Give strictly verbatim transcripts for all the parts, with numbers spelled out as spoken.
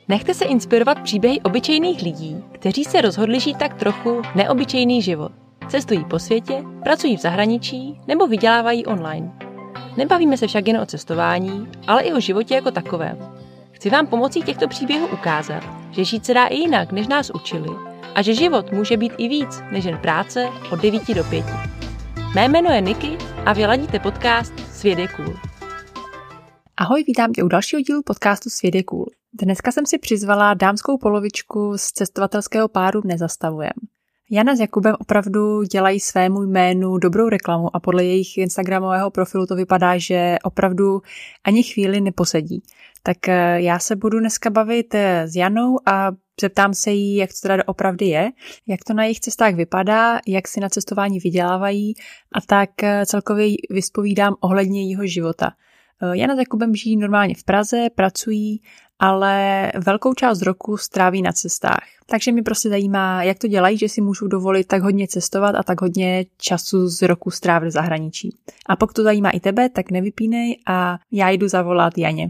Nechte se inspirovat příběhy obyčejných lidí, kteří se rozhodli žít tak trochu neobyčejný život. Cestují po světě, pracují v zahraničí nebo vydělávají online. Nebavíme se však jen o cestování, ale i o životě jako takovém. Chci vám pomocí těchto příběhů ukázat, že žít se dá i jinak, než nás učili, a že život může být i víc než jen práce od devíti do pěti. Mé jméno je Niky a vy ladíte podcast Svět je cool. Ahoj, vítám tě u dalšího dílu podcastu Svět je cool. Dneska jsem si přizvala dámskou polovičku z cestovatelského páru Nezastavujem. Jana s Jakubem opravdu dělají svému jménu dobrou reklamu a podle jejich instagramového profilu to vypadá, že opravdu ani chvíli neposedí. Tak já se budu dneska bavit s Janou a zeptám se jí, jak to teda opravdu je, jak to na jejich cestách vypadá, jak si na cestování vydělávají a tak celkově vyspovídám ohledně jejího života. Jana s Jakubem žijí normálně v Praze, pracují, ale velkou část roku stráví na cestách. Takže mě prostě zajímá, jak to dělají, že si můžou dovolit tak hodně cestovat a tak hodně času z roku strávit v zahraničí. A pokud to zajímá i tebe, tak nevypínej a já jdu zavolat Janě.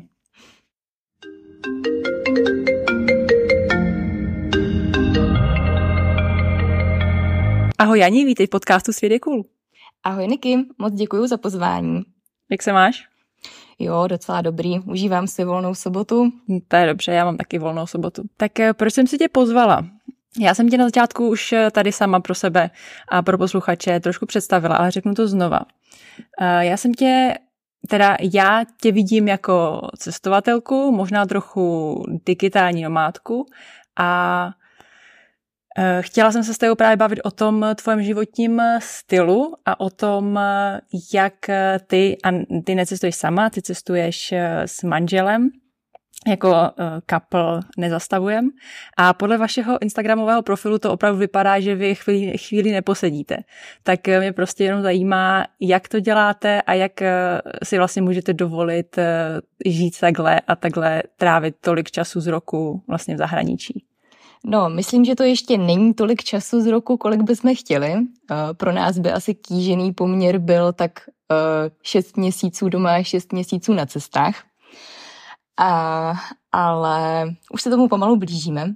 Ahoj Jani, vítej v podcastu Svět je cool. Ahoj Niky, moc děkuju za pozvání. Jak se máš? Jo, docela dobrý. Užívám si volnou sobotu. To je dobře, já mám taky volnou sobotu. Tak proč jsem si tě pozvala? Já jsem tě na začátku už tady sama pro sebe a pro posluchače trošku představila, ale řeknu to znova. Já jsem tě, teda já tě vidím jako cestovatelku, možná trochu digitální nomádku a chtěla jsem se s tebou právě bavit o tom tvojem životním stylu a o tom, jak ty, a ty necestuješ sama, ty cestuješ s manželem, jako couple Nezastavujem. A podle vašeho instagramového profilu to opravdu vypadá, že vy chvíli, chvíli neposedíte. Tak mě prostě jenom zajímá, jak to děláte a jak si vlastně můžete dovolit žít takhle a takhle trávit tolik času z roku vlastně v zahraničí. No, myslím, že to ještě není tolik času z roku, kolik bychom chtěli. Pro nás by asi kýžený poměr byl tak šest měsíců doma, šest měsíců na cestách. A, ale už se tomu pomalu blížíme.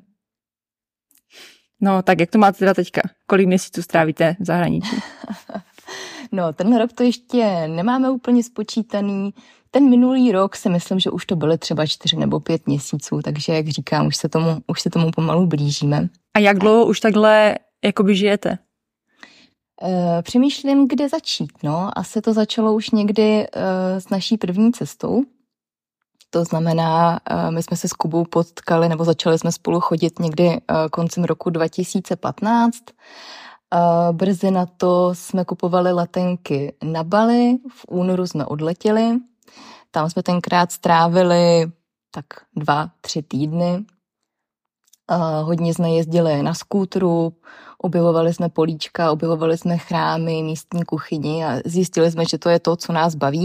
No, tak jak to máte teda teďka? Kolik měsíců strávíte v zahraničí? No, ten rok to ještě nemáme úplně spočítaný. Ten minulý rok si myslím, že už to byly třeba čtyři nebo pět měsíců, takže jak říkám, už se tomu, už se tomu pomalu blížíme. A jak dlouho už takhle jakoby žijete? E, přemýšlím, kde začít. No, asi to začalo už někdy e, s naší první cestou. To znamená, e, my jsme se s Kubou potkali, nebo začali jsme spolu chodit někdy e, koncem roku dva tisíce patnáct. E, brzy na to jsme kupovali letenky na Bali, v únoru jsme odletěli. Tam jsme tenkrát strávili tak dva, tři týdny. Uh, hodně jsme jezdili na skútru, objevovali jsme políčka, objevovali jsme chrámy, místní kuchyni a zjistili jsme, že to je to, co nás baví.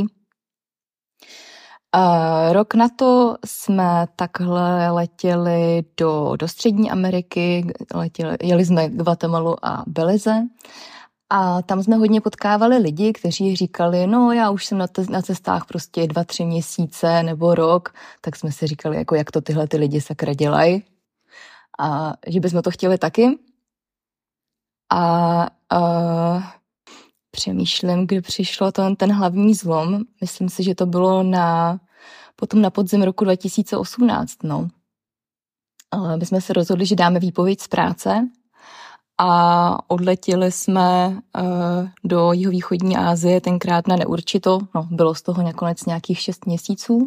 Uh, rok na to jsme takhle letěli do, do Střední Ameriky, letěli, jeli jsme Guatemalu a Belize. A tam jsme hodně potkávali lidi, kteří říkali, no já už jsem na, te- na cestách prostě dva, tři měsíce nebo rok, tak jsme si říkali, jako jak to tyhle ty lidi sakra dělají. A že bychom to chtěli taky. A, a přemýšlím, kdy přišlo ten, ten hlavní zlom. Myslím si, že to bylo na, potom na podzim roku dva tisíce osmnáct. No. A my jsme se rozhodli, že dáme výpověď z práce. A odletěli jsme uh, do jihovýchodní Asie tenkrát na neurčito. No, bylo z toho nakonec nějakých šest měsíců.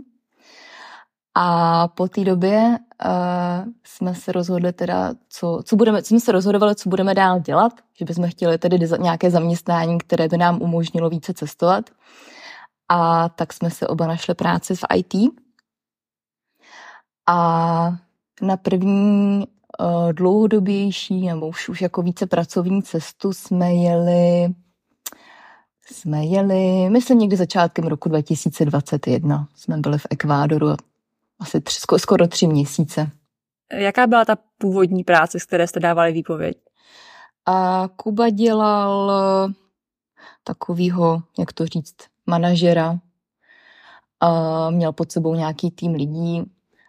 A po té době uh, jsme se rozhodli teda, co, co budeme, co jsme se rozhodovali, co budeme dál dělat, že bychom chtěli tedy nějaké zaměstnání, které by nám umožnilo více cestovat. A tak jsme se oba našli práci v í té. A na první Uh, dlouhodobější nebo už, už jako více pracovní cestu jsme jeli, jsme jeli, myslím někdy začátkem roku dva tisíce dvacet jedna. Jsme byli v Ekvádoru asi tři, skoro tři měsíce. Jaká byla ta původní práce, z které jste dávali výpověď? A Kuba dělal takovýho, jak to říct, manažera. A měl pod sebou nějaký tým lidí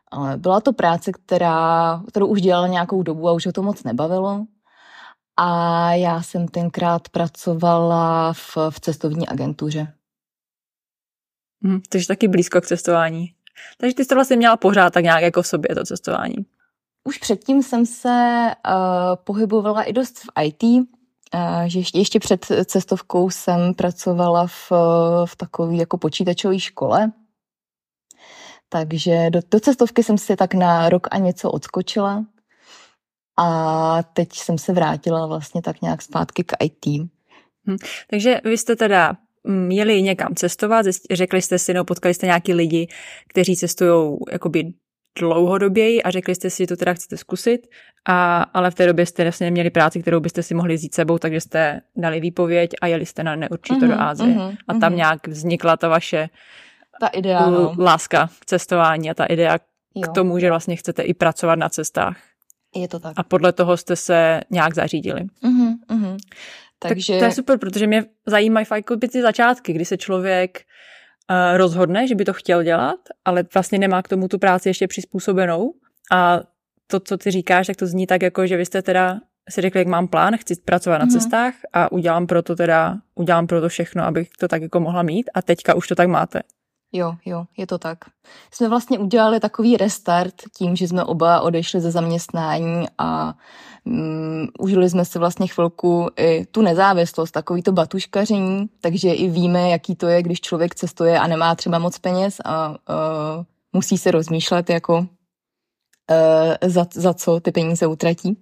Ale byla to práce, která, kterou už dělala nějakou dobu a už ho to moc nebavilo. A já jsem tenkrát pracovala v, v cestovní agentuře. Hmm, takže taky blízko k cestování. Takže ty jsi to vlastně měla pořád tak nějak jako v sobě, to cestování. Už předtím jsem se uh, pohybovala i dost v í té, uh, že ještě, ještě před cestovkou jsem pracovala v, v takové jako počítačové škole. Takže do, do cestovky jsem si tak na rok a něco odskočila a teď jsem se vrátila vlastně tak nějak zpátky k í té. Hmm, takže vy jste teda jeli někam cestovat, řekli jste si, no potkali jste nějaký lidi, kteří cestují jakoby dlouhodoběji a řekli jste si, že to teda chcete zkusit, a, ale v té době jste vlastně neměli práci, kterou byste si mohli vzít sebou, takže jste dali výpověď a jeli jste na neurčito mm-hmm, do Asie. Mm-hmm, a tam mm-hmm. nějak vznikla ta vaše ta idea, no. láska k cestování a ta idea jo. k tomu, že vlastně chcete i pracovat na cestách. Je to tak. A podle toho jste se nějak zařídili. Mm-hmm, mm-hmm. Takže... Tak to je super, protože mě zajímají fakt ty začátky, kdy se člověk uh, rozhodne, že by to chtěl dělat, ale vlastně nemá k tomu tu práci ještě přizpůsobenou. A to, co ty říkáš, tak to zní tak jako, že vy jste teda si řekli, jak mám plán, chci pracovat na mm-hmm. cestách a udělám pro to teda, udělám pro to všechno, abych to tak jako mohla mít a teďka už to tak máte. Jo, jo, je to tak. Jsme vlastně udělali takový restart tím, že jsme oba odešli ze zaměstnání a um, užili jsme si vlastně chvilku i tu nezávislost, takový to batuškaření, takže i víme, jaký to je, když člověk cestuje a nemá třeba moc peněz a uh, musí se rozmýšlet, jako uh, za, za co ty peníze utratí.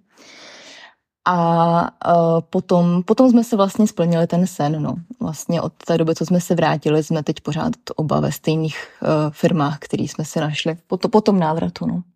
A uh, potom, potom jsme se vlastně splnili ten sen. No. Vlastně od té doby, co jsme se vrátili, jsme teď pořád oba ve stejných uh, firmách, které jsme si našli po, to, po tom návratu. No.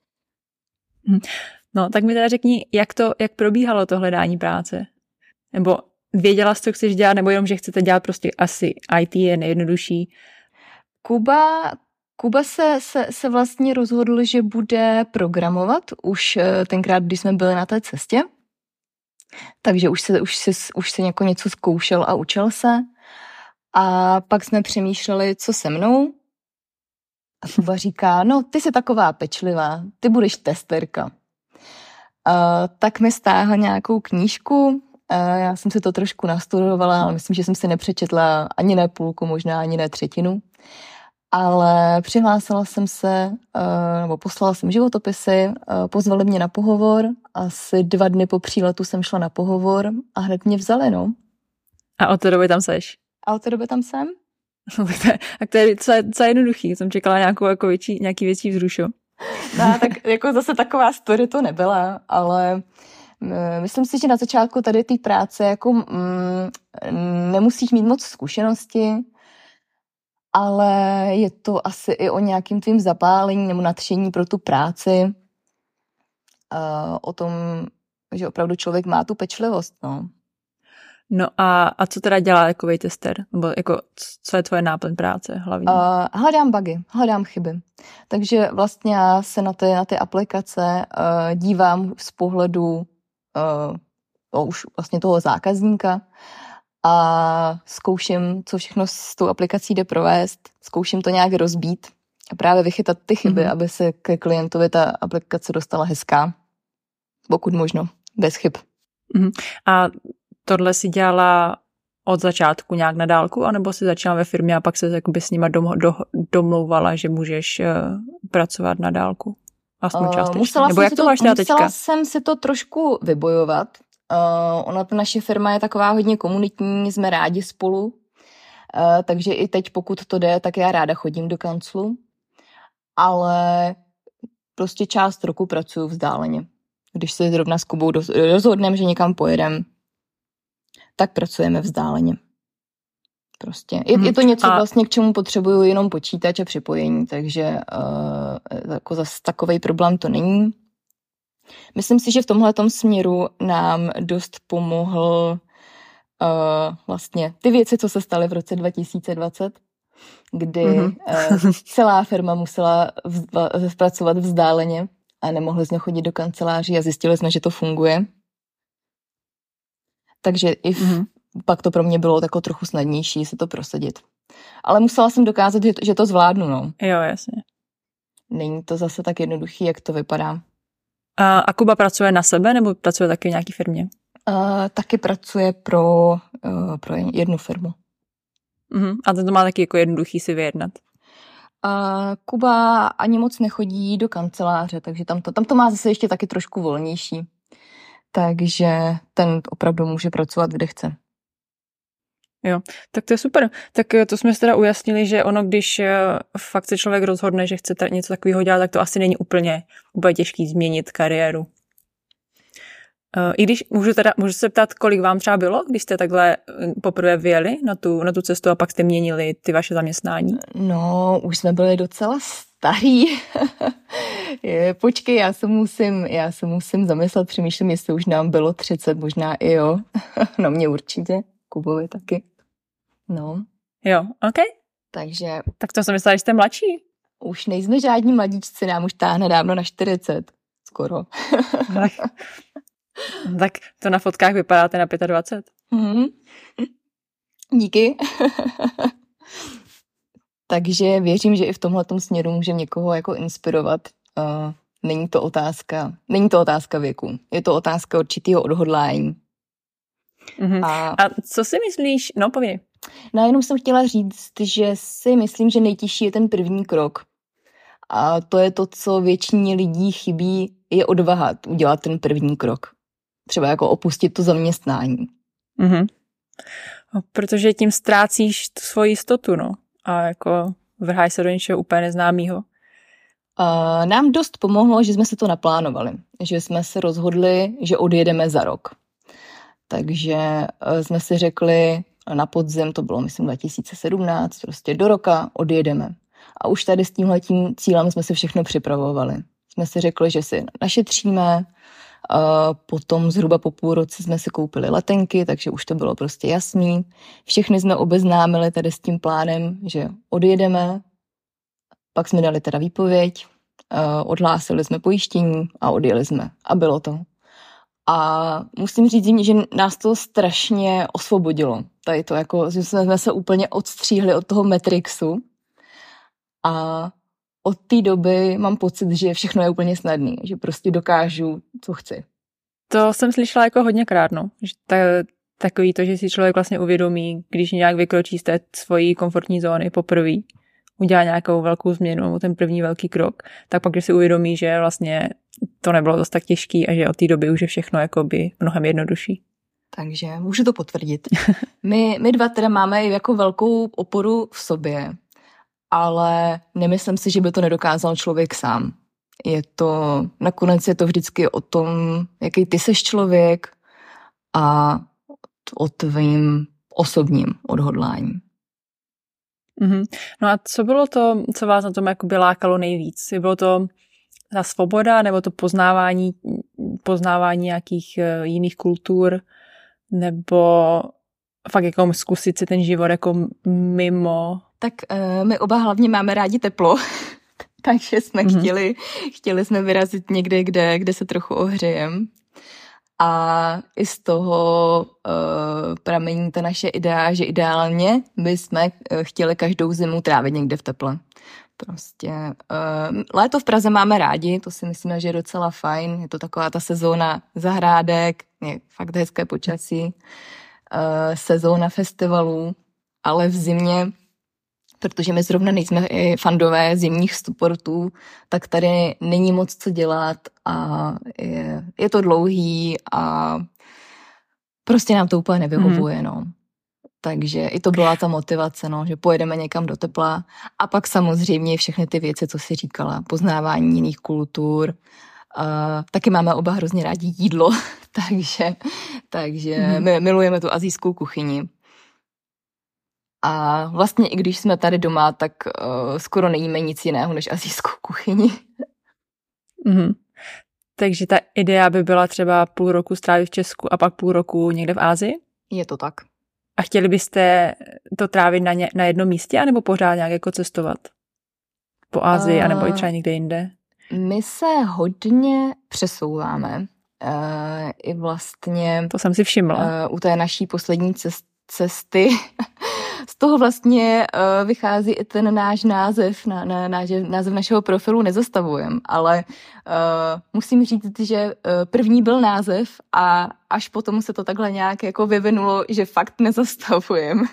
no, tak mi teda řekni, jak to, jak probíhalo to hledání práce? Nebo věděla jsi, co chceš dělat, nebo jenom, že chcete dělat prostě asi í té je nejjednodušší? Kuba... Kuba se, se, se vlastně rozhodl, že bude programovat už tenkrát, když jsme byli na té cestě. Takže už se, už se, už se jako něco zkoušel a učil se. A pak jsme přemýšleli, co se mnou. A Kuba říká, no ty jsi taková pečlivá, ty budeš testerka. A tak mi stáhl nějakou knížku, a já jsem si to trošku nastudovala, ale myslím, že jsem si nepřečetla ani ne půlku, možná ani ne třetinu. Ale přihlásila jsem se, nebo poslala jsem životopisy, pozvali mě na pohovor, asi dva dny po příletu jsem šla na pohovor a hned mě vzali, no. A od té doby tam seš? A od té doby tam jsem. tak to je docela, docela jednoduchý, jsem čekala nějakou jako větší, nějaký větší vzrušo. No, tak jako zase taková story to nebyla, ale myslím si, že na začátku tady té práce jako mm, nemusíš mít moc zkušenosti, ale je to asi i o nějakým tvým zapálení nebo nadšení pro tu práci. Uh, o tom, že opravdu člověk má tu pečlivost, no. No a, a co teda dělá takovej tester? Nebo jako, co je tvoje náplň práce hlavně? Uh, hledám bugy, hledám chyby. Takže vlastně já se na ty, na ty aplikace uh, dívám z pohledu uh, už vlastně toho zákazníka a zkouším, co všechno s tou aplikací jde provést, zkouším to nějak rozbít a právě vychytat ty chyby, mm-hmm. aby se ke klientovi ta aplikace dostala hezká, pokud možno, bez chyb. Mm-hmm. A tohle si dělala od začátku nějak na dálku, anebo si začala ve firmě a pak se jakoby s nima dom, do, domlouvala, že můžeš uh, pracovat na dálku? Aspoň částečně. Uh, musela nebo jak to máš teda teďka? Musela jsem si to trošku vybojovat. Uh, ona, ta naše firma je taková hodně komunitní, jsme rádi spolu, uh, takže i teď, pokud to jde, tak já ráda chodím do kanclu, ale prostě část roku pracuji vzdáleně. Když se zrovna s Kubou rozhodneme, že někam pojedeme, tak pracujeme vzdáleně. Prostě. Je, hmm. je to něco a... vlastně, k čemu potřebuju jenom počítač a připojení, takže uh, jako zase takovej problém to není. Myslím si, že v tomhletom směru nám dost pomohl uh, vlastně ty věci, co se staly v roce dva tisíce dvacet, kdy mm-hmm. uh, celá firma musela vz- pracovat vzdáleně a nemohli jsme chodit do kanceláří a zjistili jsme, že to funguje. Takže i v, mm-hmm. pak to pro mě bylo tako trochu snadnější se to prosadit. Ale musela jsem dokázat, že to, že to zvládnu, no. Jo, jasně. není to zase tak jednoduchý, jak to vypadá. A, a Kuba pracuje na sebe nebo pracuje taky v nějaké firmě? Uh, taky pracuje pro, uh, pro jednu firmu. Uh-huh. A ten to má taky jako jednoduchý si vyjednat? Uh, Kuba ani moc nechodí do kanceláře, takže tam to, tam to má zase ještě taky trošku volnější. Takže ten opravdu může pracovat, kde chce. Jo, tak to je super. Tak to jsme si teda ujasnili, že ono, když fakt se člověk rozhodne, že chce něco takového dělat, tak to asi není úplně, úplně těžký změnit kariéru. I když můžu, teda, můžu se ptát, kolik vám třeba bylo, když jste takhle poprvé vyjeli na tu, na tu cestu a pak jste měnili ty vaše zaměstnání? No, už jsme byli docela starý. Je, počkej, já se musím, já se musím zamyslet, přemýšlím, jestli už nám bylo třicet, možná i jo. No mě určitě, Kubovi taky. No. Jo, ok. Takže... Tak to jsem myslela, že jste mladší. Už nejsme žádní mladíčci, nám už táhne dávno na čtyřicet. Skoro. tak, tak to na fotkách vypadáte na dvacet pět. Mm-hmm. Díky. Takže věřím, že i v tomhletom směru můžeme někoho jako inspirovat. Uh, není to otázka, není to otázka věku. Je to otázka určitého odhodlání. Mm-hmm. A... a co si myslíš? No, pověď. No, jenom jsem chtěla říct, že si myslím, že nejtěžší je ten první krok. A to je to, co většině lidí chybí, je odvaha udělat ten první krok. Třeba jako opustit to zaměstnání. Mm-hmm. Protože tím ztrácíš tu svoji jistotu, no. A jako vrháš se do něčeho úplně neznámého. Uh, nám dost pomohlo, že jsme se to naplánovali. Že jsme se rozhodli, že odjedeme za rok. Takže uh, jsme si řekli na podzim, to bylo myslím dva tisíce sedmnáct, prostě do roka odjedeme. A už tady s tímhletím cílem jsme si všechno připravovali. Jsme si řekli, že si našetříme, uh, potom zhruba po půl roce jsme si koupili letenky, takže už to bylo prostě jasný. Všechny jsme obeznámili tady s tím plánem, že odjedeme, pak jsme dali teda výpověď, uh, odhlásili jsme pojištění a odjeli jsme. A bylo to. A musím říct, že nás to strašně osvobodilo. Tady to jako, že jsme se úplně odstříhli od toho Matrixu a od té doby mám pocit, že všechno je úplně snadný, že prostě dokážu, co chci. To jsem slyšela jako hodněkrát, no. Že ta, takový to, že si člověk vlastně uvědomí, když nějak vykročí z té svojí komfortní zóny poprvé, udělá nějakou velkou změnu, nebo ten první velký krok, tak pak, když si uvědomí, že vlastně to nebylo dost tak těžký a že od té doby už je všechno jakoby mnohem jednodušší. Takže můžu to potvrdit. My, my dva teda máme jako velkou oporu v sobě, ale nemyslím si, že by to nedokázal člověk sám. Je to, nakonec je to vždycky o tom, jaký ty seš člověk a o tvým osobním odhodlání. Mm-hmm. No a co bylo to, co vás na tom jakoby lákalo nejvíc? Bylo to ta svoboda, nebo to poznávání, poznávání nějakých jiných kultur, nebo fakt jako zkusit si ten život jako mimo? Tak uh, my oba hlavně máme rádi teplo, takže jsme mm-hmm. chtěli, chtěli jsme vyrazit někde, kde, kde se trochu ohřejem. A i z toho uh, pramení ta naše idea, že ideálně bychom chtěli každou zimu trávit někde v teple. Prostě uh, léto v Praze máme rádi, to si myslíme, že je docela fajn. Je to taková ta sezóna zahrádek, je fakt hezké počasí, uh, sezóna festivalů, ale v zimě, protože my zrovna nejsme fandové zimních sportů, tak tady není moc co dělat a je, je to dlouhý a prostě nám to úplně nevyhovuje, mm. no. Takže i to byla ta motivace, no, že pojedeme někam do tepla a pak samozřejmě všechny ty věci, co jsi říkala, poznávání jiných kultur. Uh, taky máme oba hrozně rádi jídlo, takže, takže mm. my milujeme tu asijskou kuchyni. A vlastně i když jsme tady doma, tak uh, skoro nejíme nic jiného než asijskou kuchyni. Mm. Takže ta idea by byla třeba půl roku strávit v Česku a pak půl roku někde v Asii? Je to tak. A chtěli byste to trávit na, ně, na jednom místě, anebo pořád nějak jako cestovat? Po Asii, uh, anebo i třeba někde jinde? My se hodně přesouváme. Uh, I vlastně... To jsem si všimla. Uh, u té naší poslední cest, cesty z toho vlastně uh, vychází i ten náš název, na, na, název, název našeho profilu Nezastavujem, ale uh, musím říct, že uh, první byl název a až potom se to takhle nějak jako vyvinulo, že fakt nezastavujem.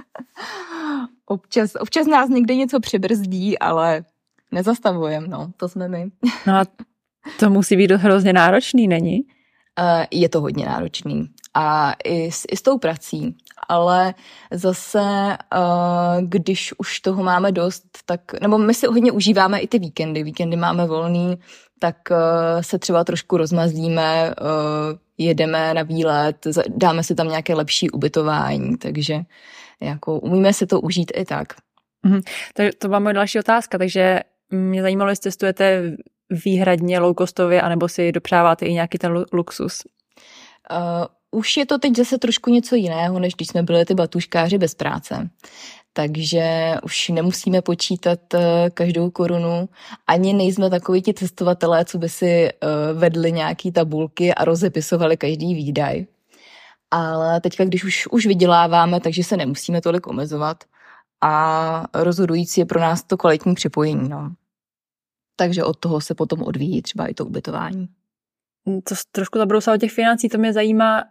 občas, občas nás někde něco přibrzdí, ale nezastavujem, no, to jsme my. No a to musí být hrozně náročný, není? Uh, je to hodně náročný. A i s, i s tou prací. Ale zase, uh, když už toho máme dost, tak, nebo my si hodně užíváme i ty víkendy. Víkendy máme volný, tak uh, se třeba trošku rozmazlíme, uh, jedeme na výlet, dáme si tam nějaké lepší ubytování, takže jako umíme si to užít i tak. Mhm. To, to byla moje další otázka, takže mě zajímalo, jestli cestujete výhradně low-costově, anebo si dopřáváte i nějaký ten luxus. Uh, už je to teď zase trošku něco jiného, než když jsme byli ty batuškáři bez práce. Takže už nemusíme počítat uh, každou korunu, ani nejsme takoví ti cestovatelé, co by si uh, vedli nějaký tabulky a rozepisovali každý výdaj. Ale teďka, když už, už vyděláváme, takže se nemusíme tolik omezovat a rozhodující je pro nás to kvalitní připojení, no. Takže od toho se potom odvíjí třeba i to ubytování. To trošku zabrousalo těch financí, to mě zajímá.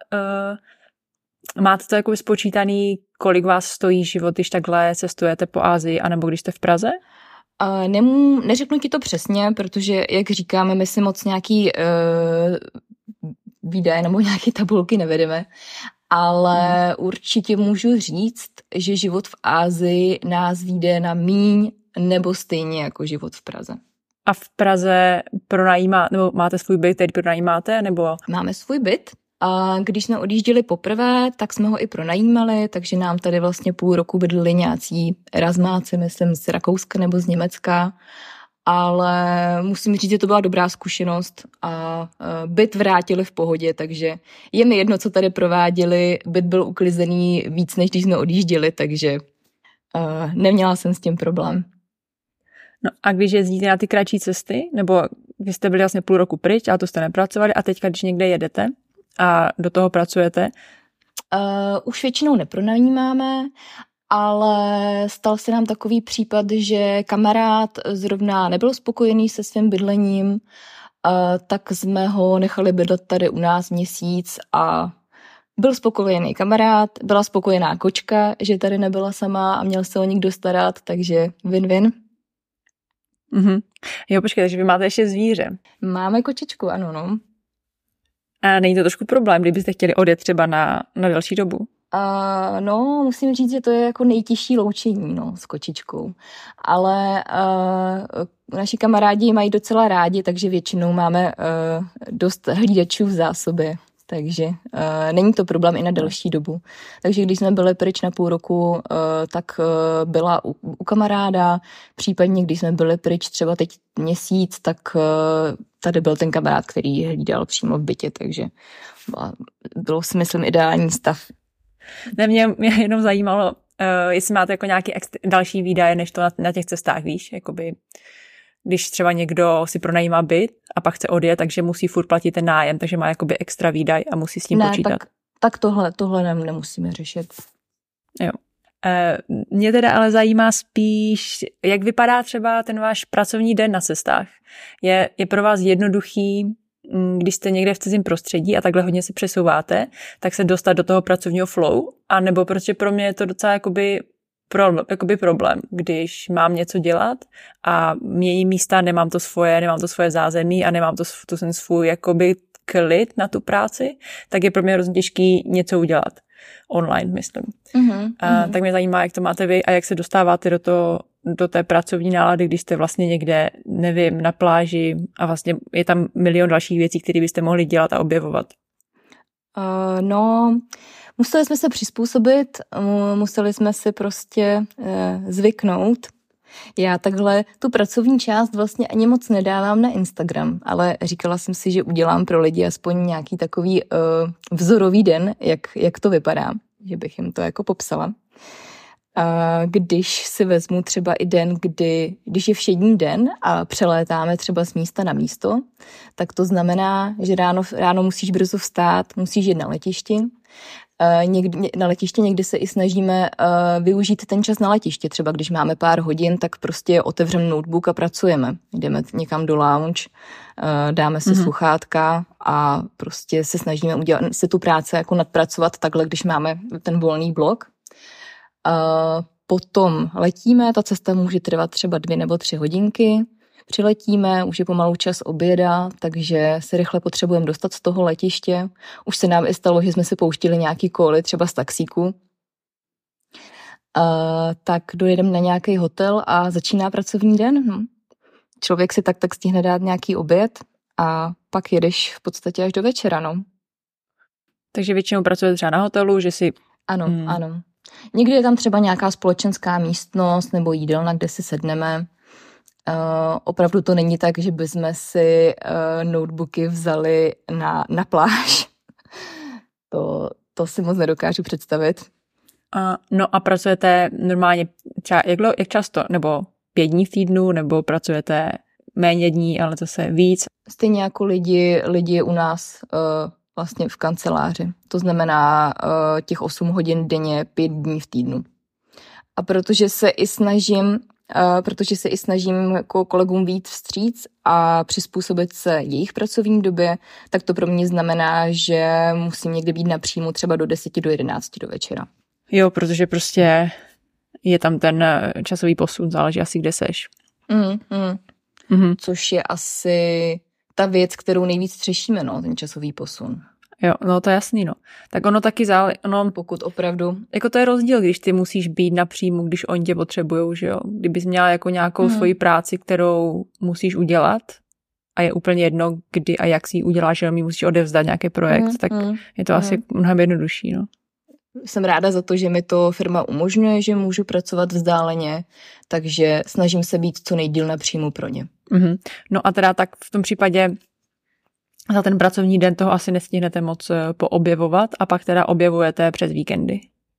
Uh, máte to jako spočítaný, kolik vás stojí život, když takhle cestujete po Asii, anebo když jste v Praze? Uh, nemů, neřeknu ti to přesně, protože, jak říkáme, my si moc nějaký uh, výdaje nebo nějaké tabulky nevedeme, ale hmm. určitě můžu říct, že život v Asii nás vyjde na míň nebo stejně jako život v Praze. A v Praze pronajímá, nebo máte svůj byt, který pronajímáte, nebo? Máme svůj byt. A když jsme odjížděli poprvé, tak jsme ho i pronajímali, takže nám tady vlastně půl roku bydleli nějací Erasmáci, myslím z Rakouska nebo z Německa. Ale musím říct, že to byla dobrá zkušenost a byt vrátili v pohodě, takže je mi jedno, co tady prováděli, byt byl uklizený víc, než když jsme odjížděli, takže uh, neměla jsem s tím problém. No a když jezdíte na ty kratší cesty, nebo vy jste byli vlastně půl roku pryč, a to jste nepracovali, a teďka, když někde jedete a do toho pracujete? Uh, už většinou nepronajímáme, ale stal se nám takový případ, že kamarád zrovna nebyl spokojený se svým bydlením, uh, tak jsme ho nechali bydlet tady u nás měsíc a byl spokojený kamarád, byla spokojená kočka, že tady nebyla sama a měl se o někdo starat, takže win-win. Mhm. Jo, počkej, takže vy máte ještě zvíře. Máme kočičku, ano, no. A není to trošku problém, kdybyste chtěli odjet třeba na, na delší dobu? Uh, no, musím říct, že to je jako nejtěžší loučení, no, s kočičkou. Ale uh, naši kamarádi mají docela rádi, takže většinou máme uh, dost hlídačů v zásobě. Takže uh, není to problém i na delší dobu. Takže když jsme byli pryč na půl roku, uh, tak uh, byla u, u kamaráda, případně když jsme byli pryč třeba teď měsíc, tak uh, tady byl ten kamarád, který hlídal přímo v bytě, takže byla, bylo si myslím ideální stav. Ne, mě, mě jenom zajímalo, uh, jestli máte jako nějaký extra, další výdaje, než to na, na těch cestách, víš, jakoby když třeba někdo si pronajímá byt a pak chce odjet, takže musí furt platit ten nájem, takže má jakoby extra výdaj a musí s tím ne, počítat. Tak, tak tohle, tohle nem, nemusíme řešit. Jo. E, mě teda ale zajímá spíš, jak vypadá třeba ten váš pracovní den na cestách. Je, je pro vás jednoduchý, když jste někde v cizím prostředí a takhle hodně se přesouváte, tak se dostat do toho pracovního flow, a nebo protože pro mě je to docela jakoby Problém, jakoby problém, když mám něco dělat a mění místa, nemám to svoje, nemám to svoje zázemí a nemám to, to ten svůj jakoby klid na tu práci, tak je pro mě hrozně těžký něco udělat online, myslím. Mm-hmm. A, tak mě zajímá, jak to máte vy a jak se dostáváte do, to, do té pracovní nálady, když jste vlastně někde, nevím, na pláži a vlastně je tam milion dalších věcí, které byste mohli dělat a objevovat. Uh, no... Museli jsme se přizpůsobit, museli jsme si prostě zvyknout. Já takhle tu pracovní část vlastně ani moc nedávám na Instagram, ale říkala jsem si, že udělám pro lidi aspoň nějaký takový uh, vzorový den, jak, jak to vypadá, že bych jim to jako popsala. A když si vezmu třeba i den, kdy, když je všední den a přelétáme třeba z místa na místo, tak to znamená, že ráno, ráno musíš brzo vstát, musíš jít na letišti, Někdy, na letiště někdy se i snažíme uh, využít ten čas na letiště. Třeba když máme pár hodin, tak prostě otevřeme notebook a pracujeme. Jdeme někam do lounge, uh, dáme si mm-hmm. sluchátka a prostě se snažíme udělat si tu práci jako nadpracovat takhle, když máme ten volný blok. Uh, potom letíme, ta cesta může trvat třeba dvě nebo tři hodinky. Přiletíme, už je pomalu čas oběda, takže se rychle potřebujeme dostat z toho letiště. Už se nám i stalo, že jsme si pouštili nějaký koly, třeba z taxíku. Uh, tak dojedeme na nějaký hotel a začíná pracovní den. Hm. Člověk si tak tak stihne dát nějaký oběd a pak jedeš v podstatě až do večera. No. Takže většinou pracujete třeba na hotelu, že si... Ano, hmm. ano. Někdy je tam třeba nějaká společenská místnost nebo jídelna, kde si sedneme. Uh, opravdu to není tak, že bychom si uh, notebooky vzali na, na pláž. to, to si moc nedokážu představit. Uh, no a pracujete normálně třeba jak, jak často? Nebo pět dní v týdnu? Nebo pracujete méně dní, ale zase víc? Stejně jako lidi, lidi u nás uh, vlastně v kanceláři. To znamená uh, těch osm hodin denně, pět dní v týdnu. A protože se i snažím Uh, protože se i snažím jako kolegům vyjít vstříc a přizpůsobit se jejich pracovní době, tak to pro mě znamená, že musím někde být napřímo třeba do deseti do jedenácti do večera. Jo, protože prostě je tam ten časový posun, záleží asi kde seš. Mm, mm. Mm-hmm. Což je asi ta věc, kterou nejvíc řešíme, no, ten časový posun. Jo, no to je jasný, no. Tak ono taky záleží, ono... Pokud opravdu... Jako to je rozdíl, když ty musíš být napřímo, když oni tě potřebujou, že jo. Kdybys měla jako nějakou hmm. svoji práci, kterou musíš udělat a je úplně jedno, kdy a jak si ji uděláš, že mi musíš odevzdat nějaký projekt, hmm. tak hmm. je to hmm. asi mnohem jednodušší, no. Jsem ráda za to, že mi to firma umožňuje, že můžu pracovat vzdáleně, takže snažím se být co nejdýl napřímo pro ně. Mm-hmm. No a teda tak v tom případě za ten pracovní den toho asi nestihnete moc poobjevovat a pak teda objevujete přes víkendy.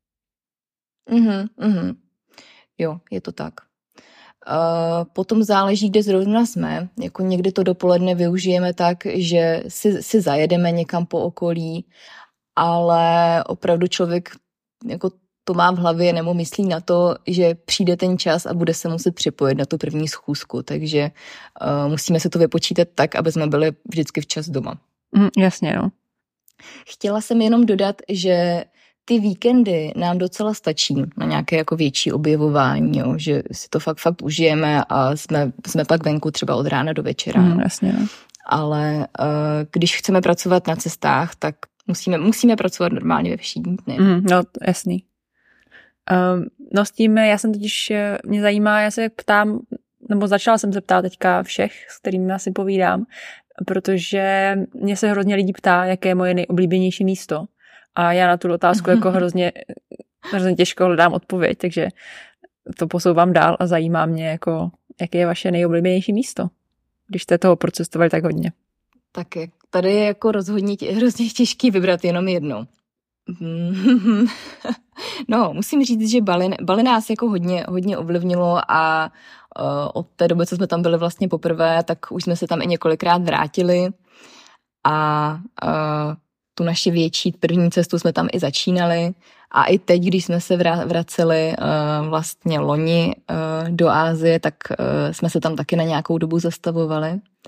Mhm, mhm. Jo, je to tak. Uh, potom záleží, kde zrovna jsme. Jako někdy to dopoledne využijeme tak, že si, si zajedeme někam po okolí, ale opravdu člověk jako to má v hlavě nebo myslí na to, že přijde ten čas a bude se muset připojit na tu první schůzku, takže uh, musíme se to vypočítat tak, aby jsme byli vždycky včas doma. Mm, jasně, no. Chtěla jsem jenom dodat, že ty víkendy nám docela stačí na nějaké jako větší objevování, jo? Že si to fakt, fakt užijeme a jsme, jsme pak venku třeba od rána do večera. Mm, jasně, no. Ale uh, když chceme pracovat na cestách, tak musíme, musíme pracovat normálně ve vší dny. Mm, no, jasný. Um, no s tím, já jsem totiž, mě zajímá, já se ptám, nebo začala jsem se ptát teďka všech, s kterými asi povídám, protože mě se hrozně lidí ptá, jaké je moje nejoblíbenější místo. A já na tu otázku jako hrozně, hrozně těžko hledám odpověď, takže to posouvám dál a zajímá mě, jako, jaké je vaše nejoblíbenější místo, když jste toho procestovali tak hodně. Tak je, tady je jako rozhodně hrozně těžký vybrat jenom jedno. No, musím říct, že Bali, Bali nás jako hodně, hodně ovlivnilo a uh, od té doby, co jsme tam byli vlastně poprvé, tak už jsme se tam i několikrát vrátili a uh, tu naši větší první cestu jsme tam i začínali a i teď, když jsme se vraceli uh, vlastně loni uh, do Asie, tak uh, jsme se tam taky na nějakou dobu zastavovali.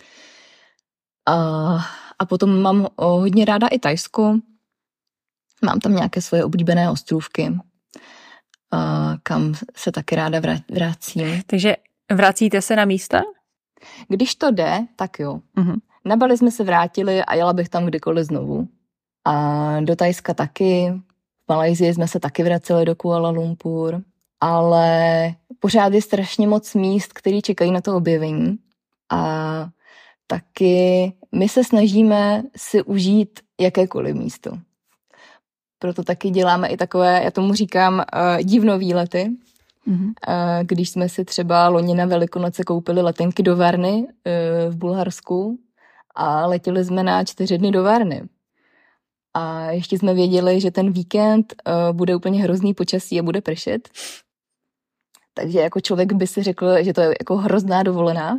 Uh, a potom mám uh, hodně ráda i Thajsko. Mám tam nějaké svoje oblíbené ostrůvky, uh, kam se taky ráda vracím. Takže vracíte se na místa? Když to jde, tak jo. Uh-huh. Na Bali jsme se vrátili a jela bych tam kdykoliv znovu. A do Thajska taky. V Malajsii jsme se taky vraceli do Kuala Lumpur. Ale pořád je strašně moc míst, které čekají na to objevení. A taky my se snažíme si užít jakékoliv místo. Proto taky děláme i takové, já tomu říkám, uh, divno výlety. Mm-hmm. Uh, když jsme si třeba loni na Velikonoce koupili letenky do Varny uh, v Bulharsku a letěli jsme na čtyři dny do Varny. A ještě jsme věděli, že ten víkend uh, bude úplně hrozný počasí a bude pršet. Takže jako člověk by si řekl, že to je jako hrozná dovolená.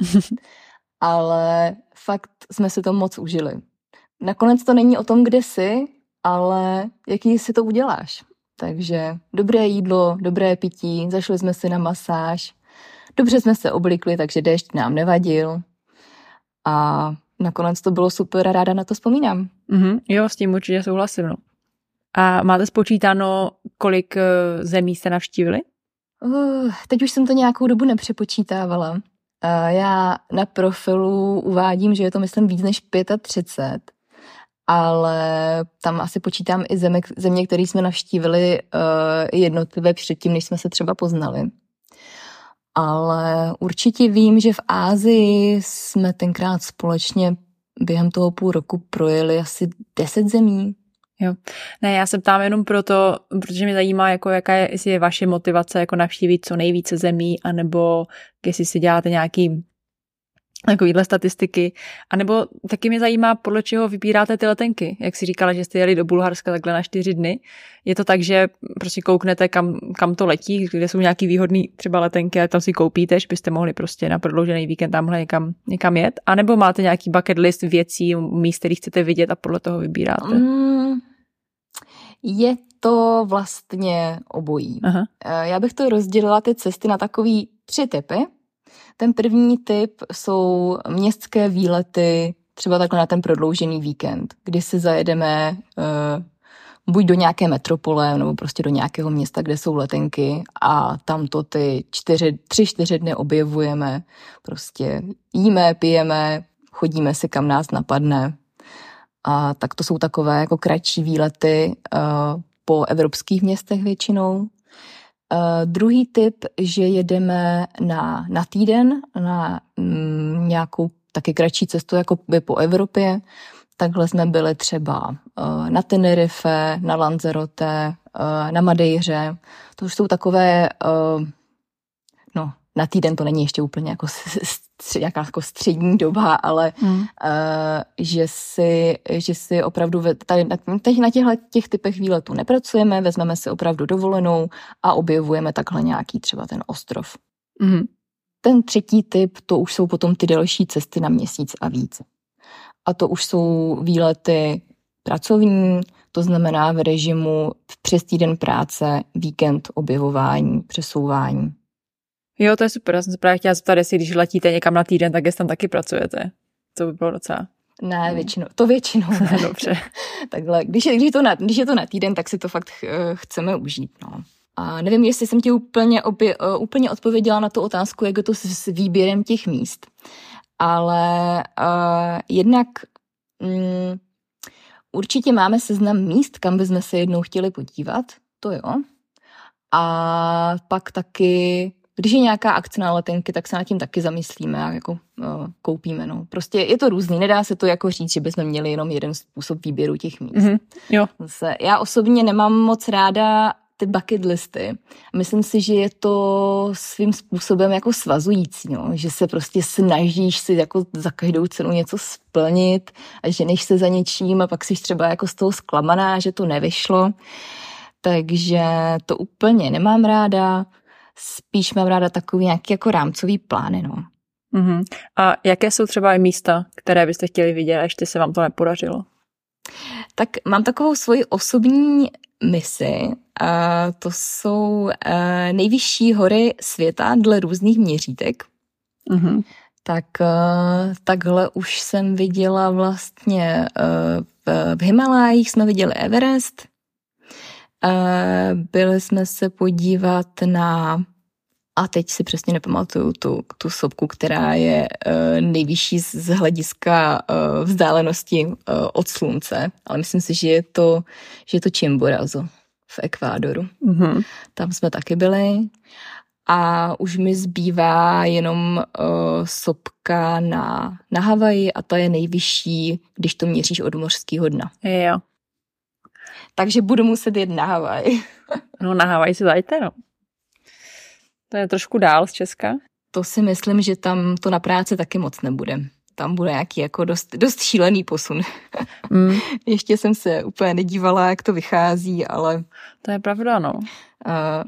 Ale fakt jsme si to moc užili. Nakonec to není o tom, kde jsi, ale jaký si to uděláš. Takže dobré jídlo, dobré pití, zašli jsme si na masáž, dobře jsme se oblikli, takže déšť nám nevadil a nakonec to bylo super a ráda na to vzpomínám. Mm-hmm, jo, s tím určitě souhlasím. No. A máte spočítáno, kolik zemí jste navštívili? Uh, teď už jsem to nějakou dobu nepřepočítávala. Uh, já na profilu uvádím, že je to myslím víc než třicet pět, ale tam asi počítám i země, země které jsme navštívili uh, jednotlivě předtím, než jsme se třeba poznali. Ale určitě vím, že v Ásii jsme tenkrát společně během toho půl roku projeli asi deset zemí. Jo. Ne, já se ptám jenom proto, protože mě zajímá, jako jaká je, jestli je vaše motivace jako navštívit co nejvíce zemí, anebo jestli si děláte nějaký takovýhle statistiky, anebo taky mě zajímá, podle čeho vybíráte ty letenky. Jak jsi říkala, že jste jeli do Bulharska takhle na čtyři dny. Je to tak, že prostě kouknete, kam, kam to letí, kde jsou nějaký výhodný třeba letenky a tam si koupíte, že byste mohli prostě na prodloužený víkend tamhle někam, někam jet, anebo máte nějaký bucket list věcí, míst, který chcete vidět a podle toho vybíráte? Mm, je to vlastně obojí. Aha. Já bych to rozdělila ty cesty na takový tři typy. Ten první typ jsou městské výlety, třeba takhle na ten prodloužený víkend, kdy si zajedeme uh, buď do nějaké metropole, nebo prostě do nějakého města, kde jsou letenky a tam to ty čtyři, tři, čtyři dny objevujeme. Prostě jíme, pijeme, chodíme si kam nás napadne. A tak to jsou takové jako kratší výlety uh, po evropských městech většinou. Uh, druhý tip, že jedeme na, na týden, na mm, nějakou taky kratší cestu jako by po Evropě. Takhle jsme byli třeba uh, na Tenerife, na Lanzarote, uh, na Madeiře. To už jsou takové, uh, no na týden to není ještě úplně jako, střed, nějaká jako střední doba, ale hmm. uh, že, si, že si opravdu tady na, na těchto těch typech výletů nepracujeme, vezmeme si opravdu dovolenou a objevujeme takhle nějaký třeba ten ostrov. Hmm. Ten třetí typ, to už jsou potom ty delší cesty na měsíc a víc. A to už jsou výlety pracovní, to znamená v režimu přes týden práce, víkend objevování, přesouvání. Jo, to je super. Já jsem se právě chtěla zeptat, jestli když letíte někam na týden, tak jestli tam taky pracujete. To by bylo docela... Ne, většinou. To většinou ne. Dobře. Takhle, když je, když, je to na, když je to na týden, tak si to fakt uh, chceme užít. No. A nevím, jestli jsem ti úplně, obě, uh, úplně odpověděla na tu otázku, jak je to s, s výběrem těch míst. Ale uh, jednak um, určitě máme seznam míst, kam bychom se jednou chtěli podívat. To jo. A pak taky... Když je nějaká akce na letenky, tak se nad tím taky zamyslíme a jako uh, koupíme. No. Prostě je to různý, nedá se to jako říct, že bychom měli jenom jeden způsob výběru těch míst. Mm-hmm, jo. Zase, já osobně nemám moc ráda ty bucket listy. Myslím si, že je to svým způsobem jako svazující, no. Že se prostě snažíš si jako za každou cenu něco splnit a ženeš se za něčím a pak jsi třeba jako z toho zklamaná, že to nevyšlo. Takže to úplně nemám ráda. Spíš mám ráda takový nějaký jako rámcový plány, no. Uh-huh. A jaké jsou třeba i místa, které byste chtěli vidět a ještě se vám to nepodařilo? Tak mám takovou svoji osobní misi. A to jsou a, nejvyšší hory světa dle různých měřítek. Uh-huh. Tak a, takhle už jsem viděla vlastně a, v, v Himalájích jsme viděli Everest. Byli jsme se podívat na, a teď si přesně nepamatuju tu, tu sopku, která je nejvyšší z hlediska vzdálenosti od slunce, ale myslím si, že je to, že je to Chimborazo v Ekvádoru. Mm-hmm. Tam jsme taky byli a už mi zbývá jenom sopka na, na Havaji a ta je nejvyšší, když to měříš od mořského dna. Jo. Takže budu muset jet na Havaj. No na Havaj se zajte, no. To je trošku dál z Česka. To si myslím, že tam to na práci taky moc nebude. Tam bude nějaký jako dost, dost šílený posun. Mm. Ještě jsem se úplně nedívala, jak to vychází, ale... To je pravda, no. Uh,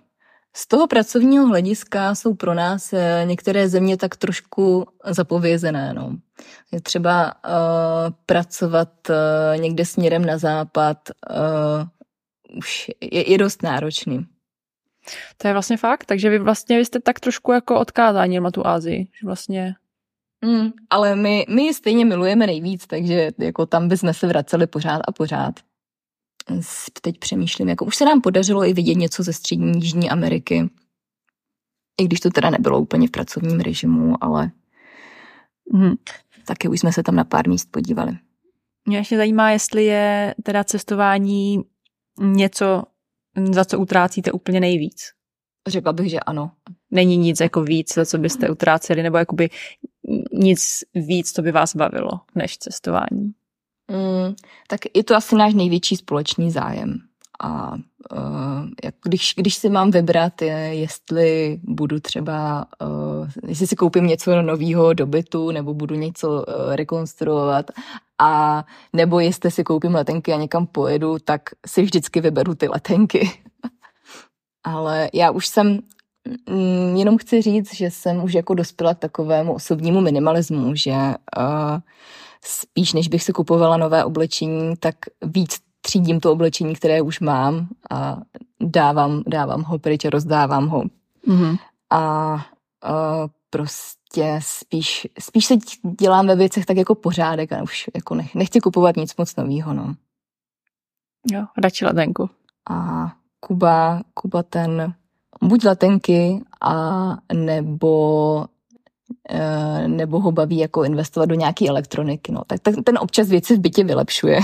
Z toho pracovního hlediska jsou pro nás některé země tak trošku zapovězené. No. Je třeba uh, pracovat uh, někde směrem na západ uh, už je, je dost náročný. To je vlastně fakt, takže vy vlastně vy jste tak trošku jako odkázáni na tu Asii, že vlastně... Mm, ale my, my ji stejně milujeme nejvíc, takže jako tam bychom se vraceli pořád a pořád. Teď přemýšlím, jako už se nám podařilo i vidět něco ze střední Jižní Ameriky, i když to teda nebylo úplně v pracovním režimu, ale mm, taky už jsme se tam na pár míst podívali. Mě ještě zajímá, jestli je teda cestování něco, za co utrácíte úplně nejvíc. Řekla bych, že ano. Není nic jako víc, za co byste utráceli, nebo jakoby nic víc, co by vás bavilo, než cestování? Mm, tak je to asi náš největší společný zájem. A uh, jak, když, když si mám vybrat, je, jestli budu třeba, uh, jestli si koupím něco nového do bytu, nebo budu něco uh, rekonstruovat, a nebo jestli si koupím letenky a někam pojedu, tak si vždycky vyberu ty letenky. Ale já už jsem, mm, jenom chci říct, že jsem už jako dospěla k takovému osobnímu minimalismu, že uh, spíš než bych si kupovala nové oblečení, tak víc třídím to oblečení, které už mám a dávám, dávám ho pryč a rozdávám ho. Mm-hmm. A uh, prostě spíš, spíš se dělám ve věcech tak jako pořádek a už jako nech, nechci kupovat nic moc novýho, no. Jo, radši letenku. A Kuba, Kuba ten buď letenky a nebo nebo ho baví jako investovat do nějaký elektroniky. No. Tak ten občas věci v bytě vylepšuje.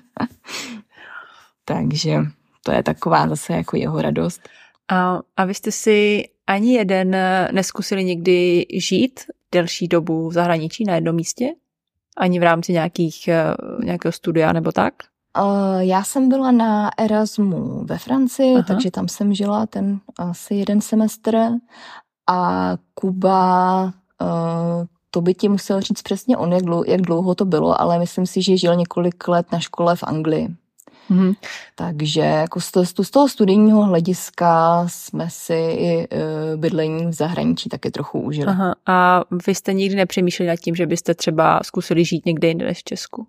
Takže to je taková zase jako jeho radost. A, a vy jste si ani jeden neskusili někdy žít delší dobu v zahraničí na jednom místě? Ani v rámci nějakých, nějakého studia nebo tak? Uh, já jsem byla na Erasmu ve Francii, Aha. takže tam jsem žila ten asi jeden semestr. A Kuba, uh, to by ti musel říct přesně on, jak dlouho, jak dlouho to bylo, ale myslím si, že žil několik let na škole v Anglii. Mm-hmm. Takže jako z, toho, z toho studijního hlediska jsme si i uh, bydlení v zahraničí taky trochu užili. Aha. A vy jste nikdy nepřemýšleli nad tím, že byste třeba zkusili žít někde jinde než v Česku?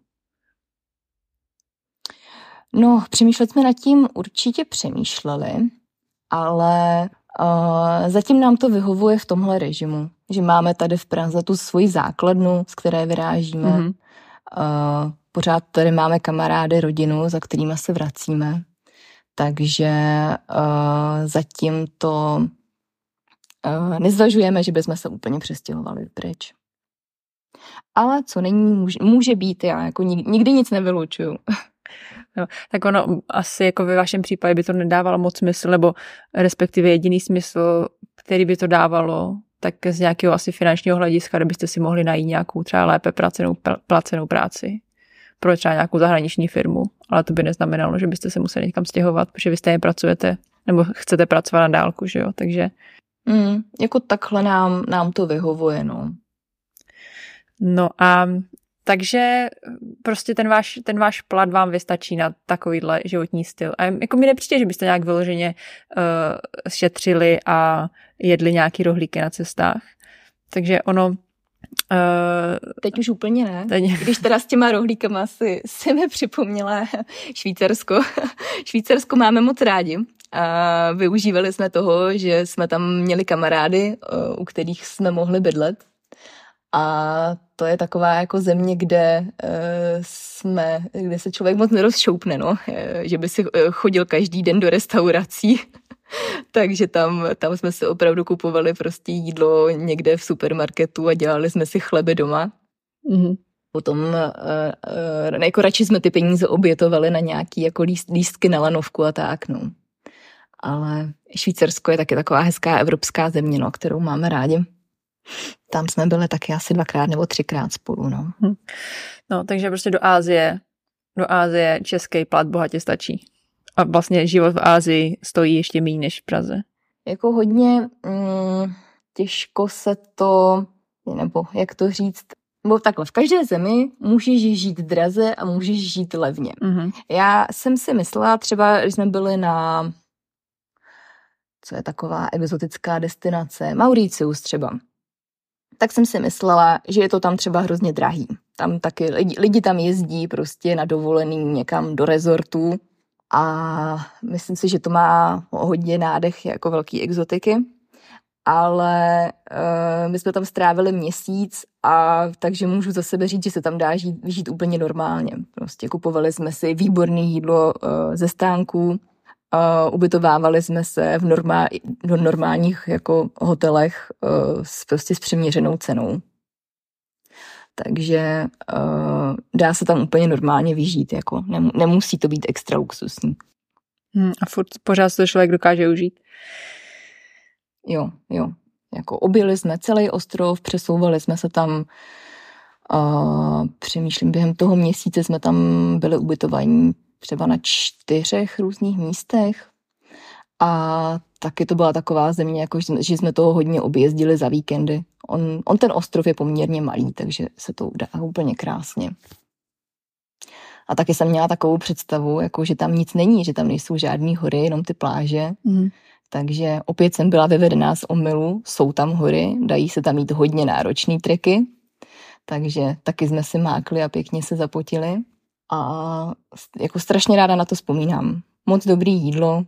No, přemýšlet jsme nad tím určitě přemýšleli, ale uh, zatím nám to vyhovuje v tomhle režimu, že máme tady v Praze tu svoji základnu, z které vyrážíme. Mm-hmm. Uh, pořád tady máme kamarády, rodinu, za kterými se vracíme. Takže uh, zatím to uh, nezvažujeme, že bychom se úplně přestěhovali pryč. Ale co není, může, může být, já jako nikdy, nikdy nic nevylučuju. No, tak ono asi jako ve vašem případě by to nedávalo moc smysl, nebo respektive jediný smysl, který by to dávalo, tak z nějakého asi finančního hlediska, kde byste si mohli najít nějakou třeba lépe placenou, placenou práci pro třeba nějakou zahraniční firmu, ale to by neznamenalo, že byste se museli někam stěhovat, protože vy stejně pracujete, nebo chcete pracovat na dálku, že jo, takže... Mm, jako takhle nám, nám to vyhovuje, no. No a takže prostě ten váš, ten váš plat vám vystačí na takovýhle životní styl. A jako mi nepřijde, že byste nějak vyloženě uh, šetřili a jedli nějaký rohlíky na cestách. Takže ono... Uh, Teď už úplně ne. Teď... Když teda s těma rohlíkama si, si mi připomněla Švýcarsko. Švýcarsko máme moc rádi. A využívali jsme toho, že jsme tam měli kamarády, u kterých jsme mohli bydlet. A to je taková jako země, kde uh, jsme, kde se člověk moc nerozšoupne, no, že by si chodil každý den do restaurací. Takže tam, tam jsme si opravdu kupovali prostě jídlo někde v supermarketu a dělali jsme si chleby doma. Mm-hmm. Potom uh, uh, jako radši jsme ty peníze obětovali na nějaký jako líst, lístky na lanovku a tak, no. Ale Švýcarsko je taky taková hezká evropská země, no, kterou máme rádi. Tam jsme byli taky asi dvakrát nebo třikrát spolu, no. Hm. No, takže prostě do Asie, do Asie český plat bohatě stačí. A vlastně život v Asii stojí ještě méně než v Praze. Jako hodně mm, těžko se to, nebo jak to říct, nebo takhle, v každé zemi můžeš žít draze a můžeš žít levně. Mm-hmm. Já jsem si myslela třeba, když jsme byli na... co je taková exotická destinace, Mauritius třeba. Tak jsem si myslela, že je to tam třeba hrozně drahý. Tam taky lidi, lidi tam jezdí prostě na dovolený někam do rezortu a myslím si, že to má hodně nádech jako velký exotiky. Ale uh, my jsme tam strávili měsíc a takže můžu za sebe říct, že se tam dá žít, žít úplně normálně. Prostě kupovali jsme si výborné jídlo uh, ze stánků, uh, ubytovávali jsme se v, normál, v normálních jako hotelech uh, s, prostě s přiměřenou cenou. Takže uh, dá se tam úplně normálně vyžít, jako nemusí to být extra luxusní. Hmm, a furt pořád to člověk dokáže užít. Jo, jo. Jako objeli jsme celý ostrov, přesouvali jsme se tam, uh, přemýšlím, během toho měsíce jsme tam byli ubytovaní třeba na čtyřech různých místech a taky to byla taková země, jako že jsme toho hodně objezdili za víkendy. On, on ten ostrov je poměrně malý, takže se to dá úplně krásně. A taky jsem měla takovou představu, jako že tam nic není, že tam nejsou žádný hory, jenom ty pláže. Mm. Takže opět jsem byla vyvedená z omylu, jsou tam hory, dají se tam mít hodně náročný treky, takže taky jsme si mákli a pěkně se zapotili a jako strašně ráda na to vzpomínám. Moc dobrý jídlo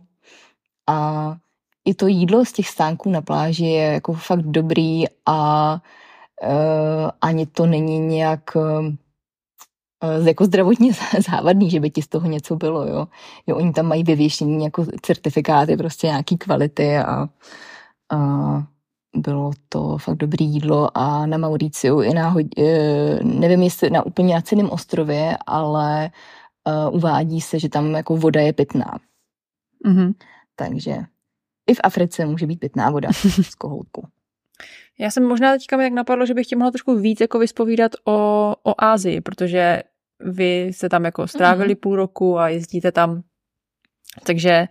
a i to jídlo z těch stánků na pláži je jako fakt dobrý a uh, ani to není nějak uh, jako zdravotně závadný, že by ti z toho něco bylo, jo. jo oni tam mají vyvěšený jako certifikáty prostě nějaký kvality a, a bylo to fakt dobrý jídlo a na Mauriciu i na, nevím jestli na úplně na celém ostrově, ale uh, uvádí se, že tam jako voda je pitná. Mm-hmm. Takže i v Africe může být pitná voda z kohoutku. Já jsem možná teďka mi tak napadlo, že bych tě mohla trošku víc jako vyspovídat o, o Asii, protože vy jste tam jako strávili mm-hmm. půl roku a jezdíte tam. Takže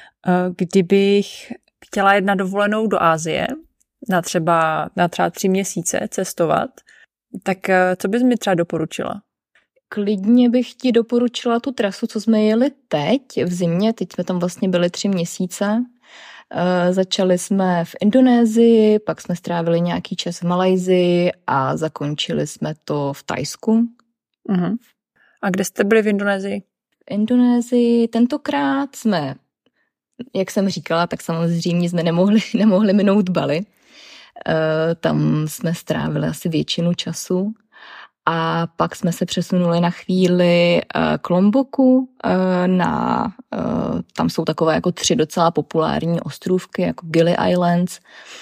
kdybych chtěla jít na dovolenou do Asie, na třeba, na třeba tři měsíce cestovat, tak co bys mi třeba doporučila? Klidně bych ti doporučila tu trasu, co jsme jeli teď v zimě. Teď jsme tam vlastně byli tři měsíce. Uh, začali jsme v Indonésii, pak jsme strávili nějaký čas v Malajsii a zakončili jsme to v Thajsku. Uh-huh. A kde jste byli v Indonésii? V Indonésii tentokrát jsme, jak jsem říkala, tak samozřejmě jsme nemohli, nemohli minout Bali. Uh, tam jsme strávili asi většinu času. A pak jsme se přesunuli na chvíli uh, k Lomboku, uh, na, uh, tam jsou takové jako tři docela populární ostrůvky, jako Gili Islands.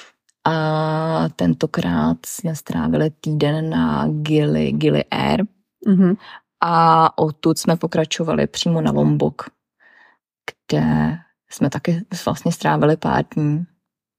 A tentokrát jsme strávili týden na Gili, Gili Air. Mm-hmm. A odtud jsme pokračovali přímo na Lombok, kde jsme taky vlastně strávili pár dní.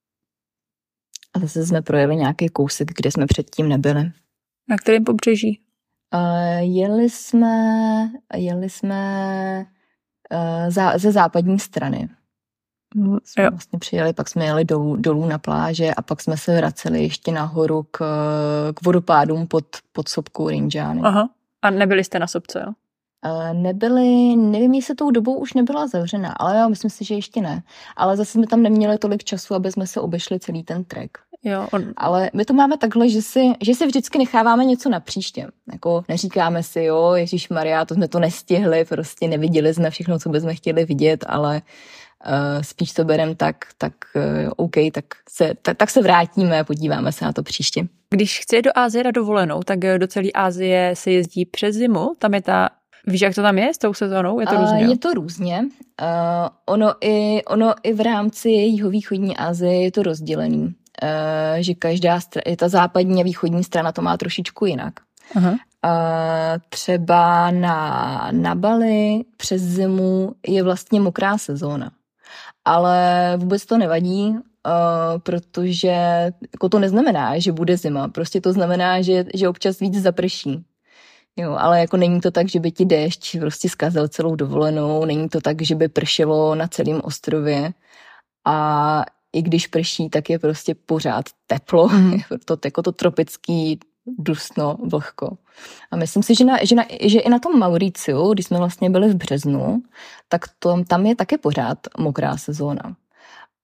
A zase jsme projeli nějaký kousek, kde jsme předtím nebyli. Na kterém pobřeží? Uh, jeli jsme, jeli jsme uh, za, ze západní strany. Mm, jsme jo. vlastně přijeli, pak jsme jeli dolů, dolů na pláže a pak jsme se vraceli ještě nahoru k, k vodopádům pod, pod sopkou Rinjani. Aha. A nebyli jste na sopce, jo? Uh, nebyli, nevím, jestli tou dobou už nebyla zavřená, ale já myslím si, že ještě ne. Ale zase jsme tam neměli tolik času, aby jsme se obešli celý ten trek. Jo, on... Ale my to máme takhle, že si, že si vždycky necháváme něco na příště. Jako neříkáme si, jo, ježišmarja, to jsme to nestihli, prostě neviděli jsme všechno, co bychom chtěli vidět, ale uh, spíš to berem tak, tak uh, OK, tak se, tak, tak se vrátíme a podíváme se na to příště. Když chci do Asie na dovolenou, tak do celé Asie se jezdí přes zimu, tam je ta... Víš, jak to tam je s tou sezónou? Je to různě? Uh, je to různě. Uh, ono, i, ono i v rámci jihovýchodní Asie je to rozdělený. Uh, že každá strana, ta západní a východní strana to má trošičku jinak. Uh-huh. Uh, třeba na, na Bali přes zimu je vlastně mokrá sezóna. Ale vůbec to nevadí, uh, protože jako to neznamená, že bude zima. Prostě to znamená, že, že občas víc zaprší. Jo, ale jako není to tak, že by ti déšť prostě zkazil celou dovolenou, není to tak, že by pršelo na celém ostrově a i když prší, tak je prostě pořád teplo, mm. to, jako to tropický dusno, vlhko. A myslím si, že, na, že, na, že i na tom Mauriciu, když jsme vlastně byli v březnu, tak to, tam je taky pořád mokrá sezóna.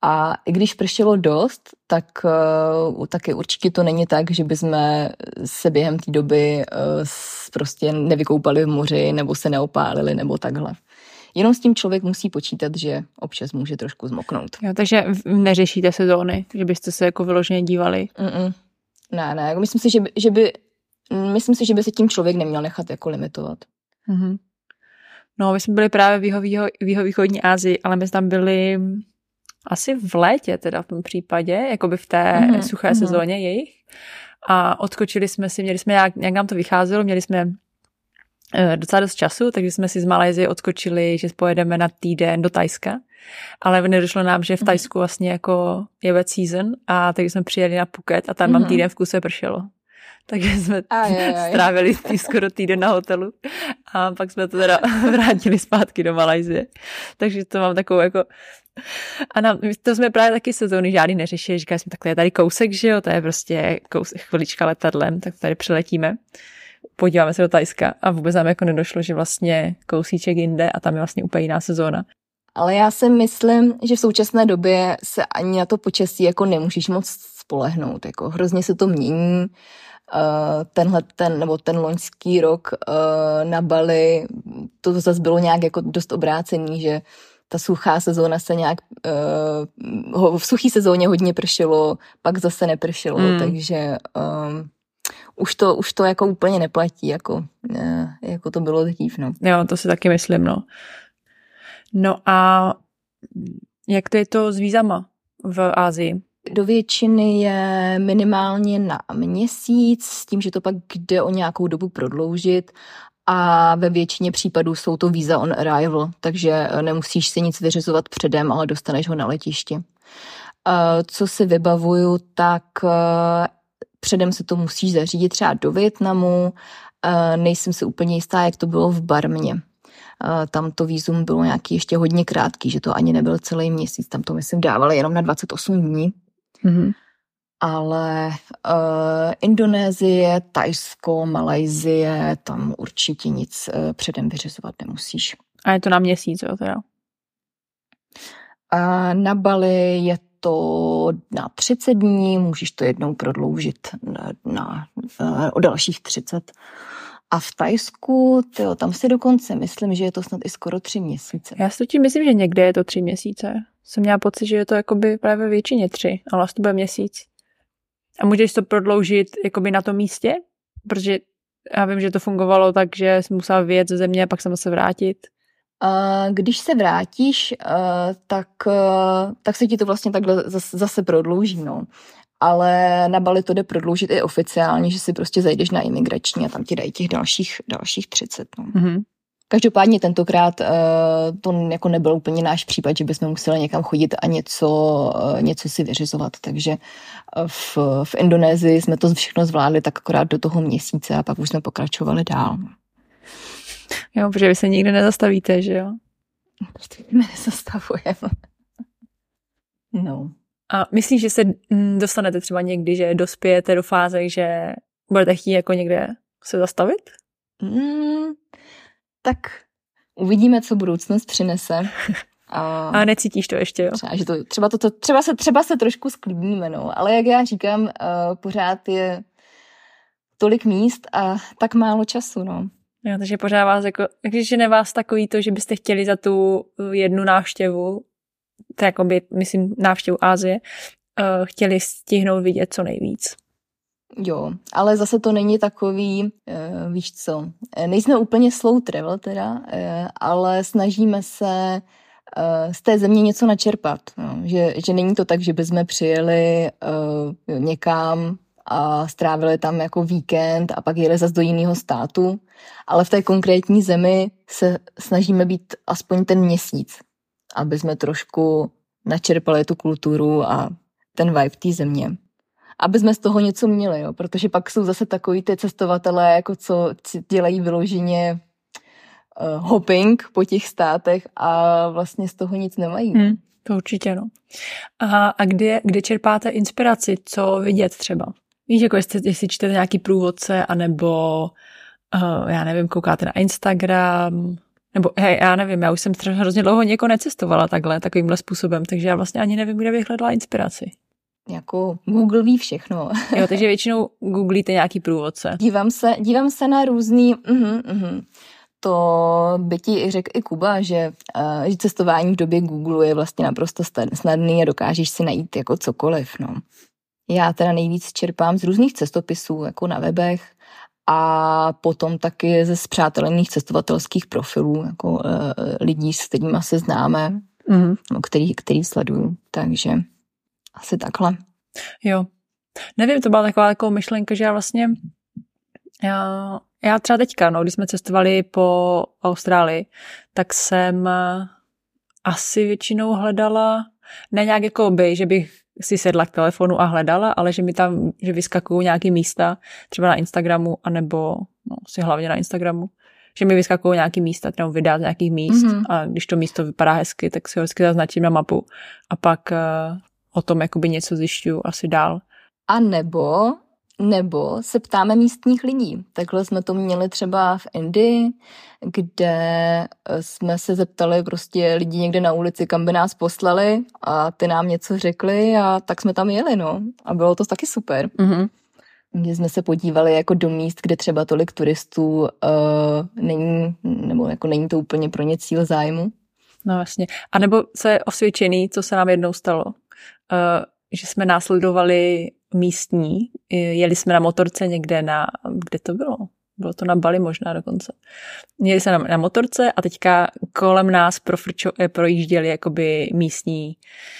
A i když pršelo dost, tak uh, taky určitě to není tak, že bychom se během té doby uh, prostě nevykoupali v moři nebo se neopálili nebo takhle. Jenom s tím člověk musí počítat, že občas může trošku zmoknout. Jo, takže neřešíte sezóny, že byste se jako vyloženě dívali? Mm-mm. Ne, ne, myslím si, že by, že by, myslím si, že by se tím člověk neměl nechat jako limitovat. Mm-hmm. No, my jsme byli právě v jiho, v jihovýchodní Asii, ale my jsme tam byli asi v létě teda v tom případě, jakoby v té mm-hmm. suché mm-hmm. sezóně jejich. A odskočili jsme si, měli jsme, jak, jak nám to vycházelo, měli jsme docela dost času, takže jsme si z Malajsie odskočili, že pojedeme na týden do Thajska, ale nedošlo nám, že v Thajsku vlastně jako je wet season a takže jsme přijeli na Phuket a tam mm-hmm. mám týden v kuse pršelo. Takže jsme aj, aj, aj. strávili tý skoro týden na hotelu a pak jsme to teda vrátili zpátky do Malajsie. Takže to mám takovou jako... A nám, to jsme právě taky sezóny žádný neřešili. Říkali jsme, takhle je tady kousek, že jo, to je prostě kousek, chvilička letadlem, tak tady přiletíme. Podíváme se do Thajska a vůbec nám jako nedošlo, že vlastně kousíček jinde a tam je vlastně úplně jiná sezóna. Ale já si myslím, že v současné době se ani na to počasí jako nemůžeš moc spolehnout. Jako hrozně se to mění. Tenhle ten, nebo ten loňský rok na Bali, to zase bylo nějak jako dost obrácený, že ta suchá sezóna se nějak, v suchý sezóně hodně pršelo, pak zase nepršelo, mm. takže um, už to, už to jako úplně neplatí, jako, jako to bylo dřív, no. Jo, to si taky myslím, no. No a jak to je to s vízama v Asii? Do většiny je minimálně na měsíc, s tím, že to pak jde o nějakou dobu prodloužit a ve většině případů jsou to víza on arrival, takže nemusíš si nic vyřizovat předem, ale dostaneš ho na letišti. Co si vybavuju, tak předem se to musíš zařídit třeba do Vietnamu, nejsem si úplně jistá, jak to bylo v Barmě. Tam to vízum bylo nějaký ještě hodně krátký, že to ani nebyl celý měsíc, tam to myslím dávali jenom na dvacet osm dní. Mm-hmm. Ale uh, Indonésie, Thajsko, Malajsie, tam určitě nic uh, předem vyřizovat nemusíš. A je to na měsíc, jo, teda? Uh, na Bali je to na třicet dní, můžeš to jednou prodloužit na, na, uh, o dalších třicet. A v Thajsku, tyjo, tam si dokonce myslím, že je to snad i skoro tři měsíce. Já si tím myslím, že někde je to tři měsíce. Jsem měla pocit, že je to jakoby právě většině tři, ale vlastně to bude měsíc. A můžeš to prodloužit jakoby na tom místě? Protože já vím, že to fungovalo tak, že jsi musela vyjet ze země a pak se vrátit. Když se vrátíš, tak, tak se ti to vlastně takhle zase prodlouží, no. Ale na Bali to jde prodloužit i oficiálně, že si prostě zajdeš na imigrační a tam ti dají těch dalších, dalších třicet. No. Mm-hmm. Každopádně tentokrát uh, to jako nebyl úplně náš případ, že bychom museli někam chodit a něco, uh, něco si vyřizovat. Takže v, v Indonésii jsme to všechno zvládli tak akorát do toho měsíce a pak už jsme pokračovali dál. Jo, protože vy se nikdy nezastavíte, že jo? Prostě my nezastavujeme. No. A myslíš, že se dostanete třeba někdy, že dospějete do fáze, že budete chtít jako někde se zastavit? Mm, tak uvidíme, co budoucnost přinese. A, a necítíš to ještě, jo? Třeba, že to, třeba, to, to, třeba, se, třeba se trošku sklidníme, no. Ale jak já říkám, uh, pořád je tolik míst a tak málo času, no. Jo, takže pořád vás jako, když je vás takový to, že byste chtěli za tu jednu návštěvu, to jakoby, myslím, návštěvu Asie, uh, chtěli stihnout vidět co nejvíc. Jo, ale zase to není takový, uh, víš co, nejsme úplně slow travel teda, uh, ale snažíme se uh, z té země něco načerpat. No. Že, že není to tak, že bychom přijeli uh, někam a strávili tam jako víkend a pak jeli zase do jiného státu, ale v té konkrétní zemi se snažíme být aspoň ten měsíc, aby jsme trošku načerpali tu kulturu a ten vibe té země. Aby jsme z toho něco měli, jo? Protože pak jsou zase takový ty cestovatelé, jako co dělají vyloženě uh, hopping po těch státech a vlastně z toho nic nemají. Hmm, to určitě, no. Aha, a kde, kde čerpáte inspiraci, co vidět třeba? Víš, jako jestli, jestli čtete nějaký průvodce, anebo uh, já nevím, koukáte na Instagram, Nebo hej, já nevím, já už jsem hrozně dlouho někoho necestovala takhle, takovýmhle způsobem, takže já vlastně ani nevím, kde bych hledala inspiraci. Jako Google ví všechno. Jo, takže většinou googlíte nějaký průvodce. Dívám se, dívám se na různý... Uh-huh, uh-huh. To by ti řekl i Kuba, že, uh, že cestování v době Google je vlastně naprosto snadný a dokážeš si najít jako cokoliv. No. Já teda nejvíc čerpám z různých cestopisů, jako na webech, a potom taky ze spřátelených cestovatelských profilů, jako uh, lidí, s kterými se známe, mm. no, který, který sleduju. Takže asi takhle. Jo. Nevím, to byla taková taková myšlenka, že já vlastně já, já třeba teďka, no, když jsme cestovali po Austrálii, tak jsem asi většinou hledala, ne nějak jako by, že bych si sedla k telefonu a hledala, ale že mi tam, že vyskakují nějaký místa, třeba na Instagramu, anebo, no, si hlavně na Instagramu, že mi vyskakují nějaký místa, třeba videa z nějakých míst mm-hmm. a když to místo vypadá hezky, tak si ho hezky zaznačím na mapu a pak uh, o tom jakoby něco zjišťuju asi dál. A nebo, nebo se ptáme místních lidí. Takhle jsme to měli třeba v Indii, kde jsme se zeptali prostě lidí někde na ulici, kam by nás poslali a ty nám něco řekli a tak jsme tam jeli, no. A bylo to taky super. Mm-hmm. Kde jsme se podívali jako do míst, kde třeba tolik turistů uh, není, nebo jako není to úplně pro ně cíl zájmu. No vlastně. A nebo co je osvědčený, co se nám jednou stalo, uh, že jsme následovali místní, jeli jsme na motorce někde na, kde to bylo? Bylo to na Bali možná dokonce. Jeli jsme na, na motorce a teďka kolem nás profrčo, projížděli jakoby místní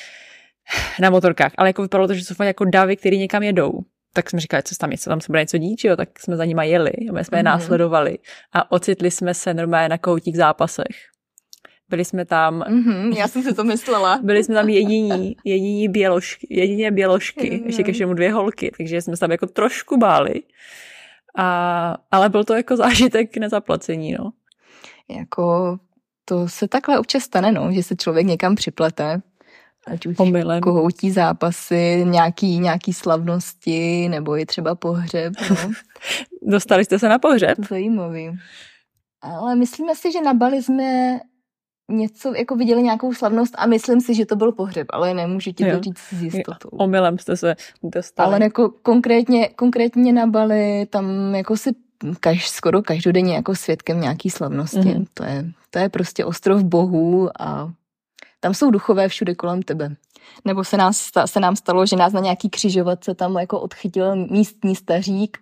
na motorkách, ale jako vypadalo to, že jsou jako davy, který někam jedou. Tak jsme říkali, co tam je, co tam se bude něco dít, jo? Tak jsme za nima jeli, my jsme je následovali a ocitli jsme se normálně na koutích zápasech. Byli jsme tam... Mm-hmm, já jsem si to myslela. Byli jsme tam jediní, jediní běložky, jedině běložky, mm-hmm. ještě ke všemu dvě holky, takže jsme se tam jako trošku báli. A, ale byl to jako zážitek nezaplacení, no. Jako to se takhle občas stane, no, že se člověk někam připlete. Ať už kohoutí zápasy, nějaký, nějaký slavnosti, nebo je třeba pohřeb. No. Dostali jste se na pohřeb? Zajímavý. Ale myslíme si, že na Bali jsme něco, jako viděli nějakou slavnost a myslím si, že to byl pohřeb, ale nemůžu ti to říct s jistotou. Omylem jste se dostali. Ale jako konkrétně, konkrétně na Bali, tam jako si kaž, skoro každodenně jako svědkem nějaký slavnosti. Mm-hmm. To je, to je prostě ostrov bohů a tam jsou duchové všude kolem tebe. Nebo se, nás, se nám stalo, že nás na nějaký křižovatce tam jako odchytil místní stařík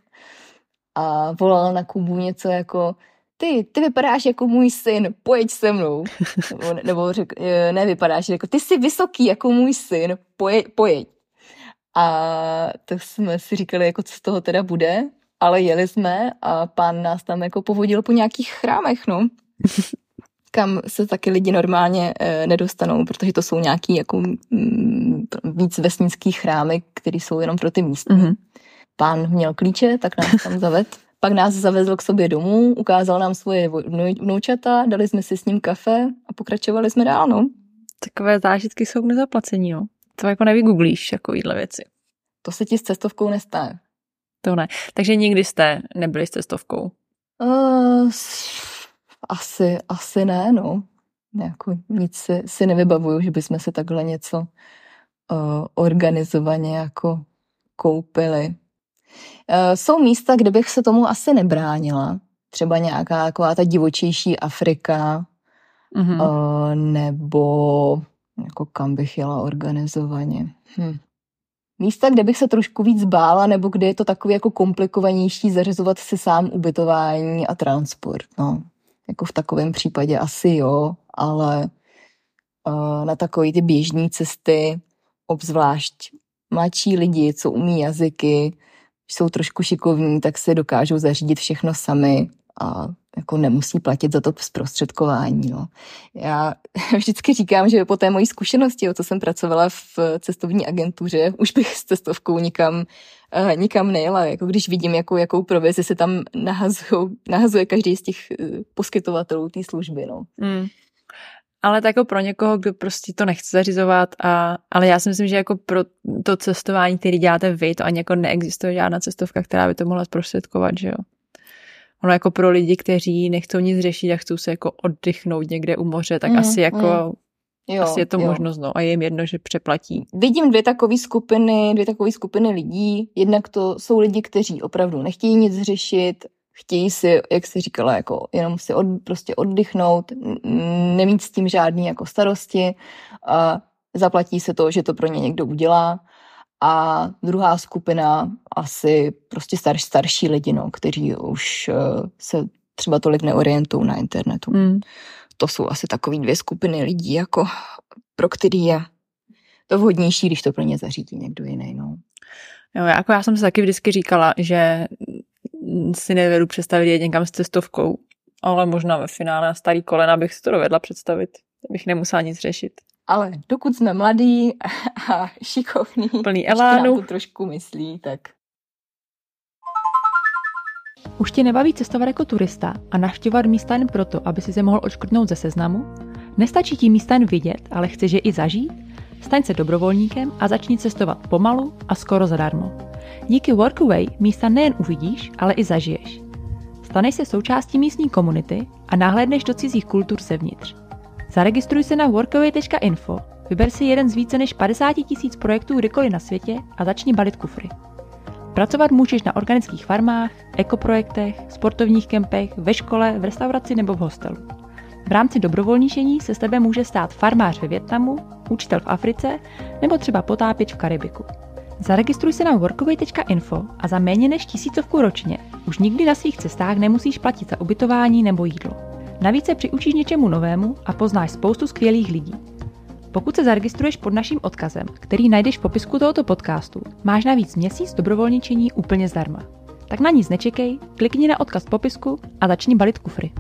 a volal na Kubu něco jako ty, ty vypadáš jako můj syn, pojď se mnou. Nebo, nebo řek, ne vypadáš, jako ty jsi vysoký jako můj syn, pojeď, pojeď. A tak jsme si říkali, jako co z toho teda bude, ale jeli jsme a pán nás tam jako povodil po nějakých chrámech, no. Kam se taky lidi normálně e, nedostanou, protože to jsou nějaký jako m, víc vesnický chrámy, které jsou jenom pro ty místní. Mm-hmm. Pán měl klíče, tak nás tam zaved. Pak nás zavezl k sobě domů, ukázal nám svoje vnoučata, dali jsme si s ním kafe a pokračovali jsme dál, no. Takové zážitky jsou k nezaplacení, no. To jako nevygooglíš, takovýhle věci. To se ti s cestovkou nestane. To ne. Takže nikdy jste nebyli s cestovkou? Uh, asi, asi ne, no. Jako nic si, si nevybavuju, že bychom se takhle něco uh, organizovaně jako koupili. Uh, jsou místa, kde bych se tomu asi nebránila. Třeba nějaká taková ta divočejší Afrika, mm-hmm. uh, nebo jako kam bych jela organizovaně. Hm. Místa, kde bych se trošku víc bála, nebo kde je to takový jako komplikovanější zařizovat si sám ubytování a transport. No. Jako v takovém případě asi jo, ale uh, na takové ty běžné cesty, obzvlášť mladší lidi, co umí jazyky, jsou trošku šikovní, tak se dokážou zařídit všechno sami a jako nemusí platit za to zprostředkování. No. Já vždycky říkám, že po té mojí zkušenosti, o co jsem pracovala v cestovní agentuře, už bych s cestovkou nikam, uh, nikam nejela. Jako když vidím, jakou, jakou provizi se tam nahazujou, nahazuje každý z těch uh, poskytovatelů té služby. No. Mm. Ale to jako pro někoho, kdo prostě to nechce zařizovat, a, ale já si myslím, že jako pro to cestování, který děláte vy, to ani jako neexistuje žádná cestovka, která by to mohla zprostředkovat, že jo? ono jako pro lidi, kteří nechcou nic řešit a chcou se jako oddychnout někde u moře, tak mm, asi jako mm. Jo, asi je to jo. možnost, no, a je jim jedno, že přeplatí. Vidím dvě takové skupiny, dvě takové skupiny lidí. Jednak to jsou lidi, kteří opravdu nechtějí nic řešit, chtějí si, jak jsi říkala, jako jenom si od, prostě oddychnout, nemít s tím žádný jako starosti, a zaplatí se to, že to pro ně někdo udělá. A druhá skupina asi prostě star, starší lidi, no, kteří už uh, se třeba tolik neorientují na internetu. Mm. To jsou asi takový dvě skupiny lidí, jako pro který je to vhodnější, když to pro ně zařídí někdo jiný. No. Jo, jako já jsem si taky vždycky říkala, že si nedovedu představit jet někam s cestovkou, ale možná ve finále na starý kolena bych si to dovedla představit, abych nemusela nic řešit. Ale dokud jsme mladí a šikovní, plný elánu, to trošku myslí, tak... Už tě nebaví cestovat jako turista a navštěvovat místa jen proto, aby si se mohl odškrtnout ze seznamu? Nestačí ti místa jen vidět, ale chceš je i zažít? Staň se dobrovolníkem a začni cestovat pomalu a skoro zadarmo. Díky Workaway místa nejen uvidíš, ale i zažiješ. Staneš se součástí místní komunity a nahlédneš do cizích kultur zevnitř. Zaregistruj se na workaway tečka info, vyber si jeden z více než padesát tisíc projektů kdekoliv na světě a začni balit kufry. Pracovat můžeš na organických farmách, ekoprojektech, sportovních kempech, ve škole, v restauraci nebo v hostelu. V rámci dobrovolníšení se s tebe může stát farmář ve Vietnamu, učitel v Africe nebo třeba potápěč v Karibiku. Zaregistruj se na workaway tečka info a za méně než tisícovku ročně už nikdy na svých cestách nemusíš platit za ubytování nebo jídlo. Navíc se přiučíš něčemu novému a poznáš spoustu skvělých lidí. Pokud se zaregistruješ pod naším odkazem, který najdeš v popisku tohoto podcastu, máš navíc měsíc dobrovolničení úplně zdarma. Tak na nic nečekej, klikni na odkaz v popisku a začni balit kufry.